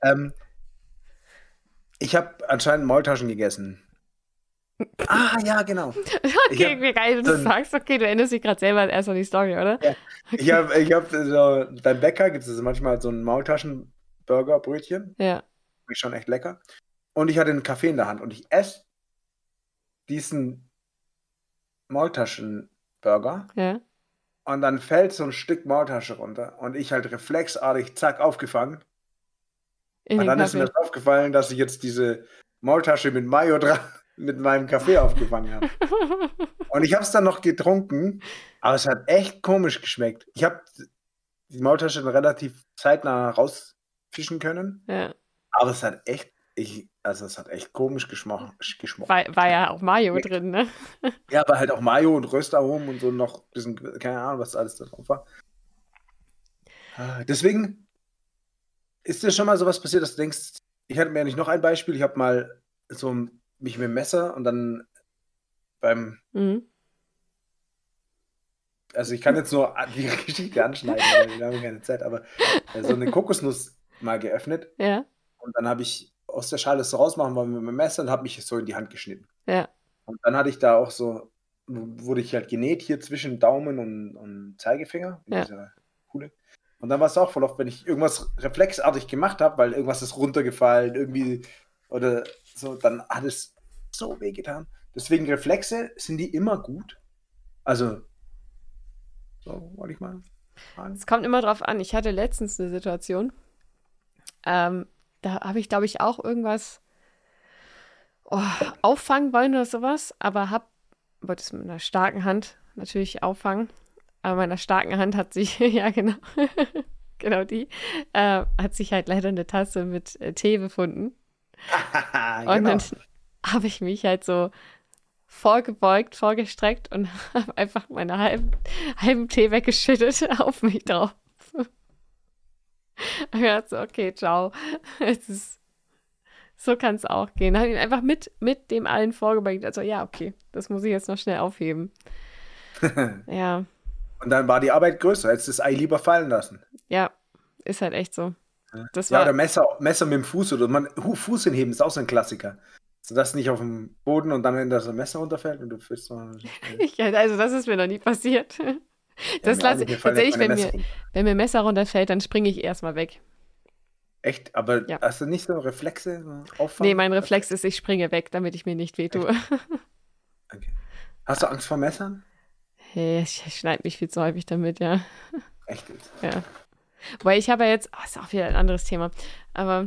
Ich habe anscheinend Maultaschen gegessen. Ah, ja, genau. Okay, wie geil du das sagst. Okay, du erinnerst dich gerade selber erst an die Story, oder? Ja. Ich hab so, beim Bäcker gibt es manchmal so ein Maultaschen-Burger-Brötchen. Ja. Ist schon echt lecker. Und ich hatte einen Kaffee in der Hand und ich esse diesen Maultaschen-Burger Ja. Und dann fällt so ein Stück Maultasche runter und ich halt reflexartig, zack, aufgefangen. In Und den dann ist mir Kaffee. das aufgefallen, dass ich jetzt diese Maultasche mit Mayo dran mit meinem Kaffee aufgefangen habe. Und ich habe es dann noch getrunken, aber es hat echt komisch geschmeckt. Ich habe die Maultasche dann relativ zeitnah rausfischen können, Ja. aber es hat echt, es hat echt komisch geschmeckt. War ja auch Mayo Schmeckt. drin, ne? Ja, aber halt auch Mayo und Röstaromen und so noch ein bisschen, keine Ahnung, was alles da drauf war. Deswegen ist dir schon mal sowas passiert, dass du denkst, ich hatte mir nicht noch ein Beispiel, ich habe mal so mich mit dem Messer und dann Mhm. also ich kann jetzt nur die Geschichte anschneiden, weil wir haben keine Zeit, aber so eine Kokosnuss mal geöffnet Ja, und dann habe ich aus der Schale so rausmachen wollen mit meinem Messer und habe mich so in die Hand geschnitten. ja, Und dann hatte ich da auch so, wurde ich halt genäht hier zwischen Daumen und Zeigefinger, in Ja. dieser Kuhle. Und dann war es auch voll oft, wenn ich irgendwas reflexartig gemacht habe, weil irgendwas ist runtergefallen, irgendwie oder so, dann hat es so weh getan. Deswegen Reflexe, sind die immer gut? Also, so wollte ich mal fragen. es kommt immer drauf an. Ich hatte letztens eine Situation, da habe ich, glaube ich, auch irgendwas auffangen wollen oder sowas, aber wollte es mit einer starken Hand natürlich auffangen. Aber meiner starken Hand hat sich, ja genau, genau die, hat sich halt leider eine Tasse mit Tee befunden. Und Genau. dann habe ich mich halt so vorgebeugt, vorgestreckt und habe einfach meine halben Tee weggeschüttet auf mich drauf. Und ich dachte so, okay, ciao. So kann es auch gehen. Habe ihn einfach mit dem allen vorgebeugt. Also ja, okay, das muss ich jetzt noch schnell aufheben. Ja, Und dann war die Arbeit größer, hättest du das Ei lieber fallen lassen. ja, ist halt echt so. Das Ja, war, oder Messer mit dem Fuß oder Fuß hinheben ist auch so ein Klassiker. So das nicht auf dem Boden und dann, wenn da so ein Messer runterfällt und du fühlst so. also das ist mir noch nie passiert. Das mir auch lasse nicht, ich, mir fallen jetzt tatsächlich, meine Messer runter. wenn mir Messer runterfällt, dann springe ich erstmal weg. Echt? Aber Ja. hast du nicht so Reflexe so auffangen? Nee, mein Reflex ist, ich springe weg, damit ich mir nicht wehtue. Okay. Hast du Angst vor Messern? Hey, ich schneide mich viel zu häufig damit, ja. Echt jetzt? Ja. Wobei ich habe ja jetzt, ist auch wieder ein anderes Thema, aber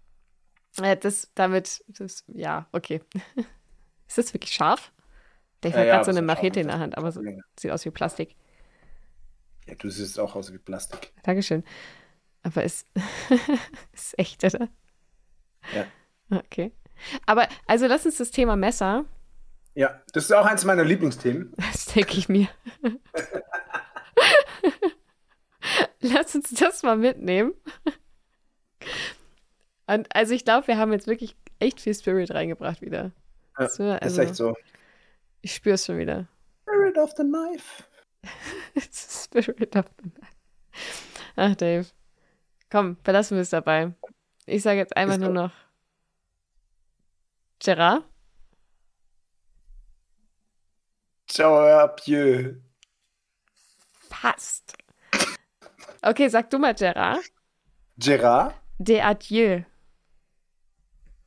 ja, okay. Ist das wirklich scharf? Ich habe Ja, gerade so das eine ist scharf, Machete in das der Hand, aber so, länger. sieht aus wie Plastik. Ja, du siehst auch aus wie Plastik. Dankeschön. Aber ist echt, oder? Ja. Okay. Aber, also lass uns das Thema Messer, Ja, das ist auch eins meiner Lieblingsthemen. das denke ich mir. Lass uns das mal mitnehmen. Und also ich glaube, wir haben jetzt wirklich echt viel Spirit reingebracht wieder. Ja, So, ist also, echt so. ich spüre es schon wieder. Spirit of the Knife. Spirit of the Night. Ach, Dave. Komm, belassen wir es dabei. Ich sage jetzt einfach Ist nur gut. noch Gerard. Ciao, Pieu. Passt. Okay, sag du mal Gerard. Gerard? De adieu.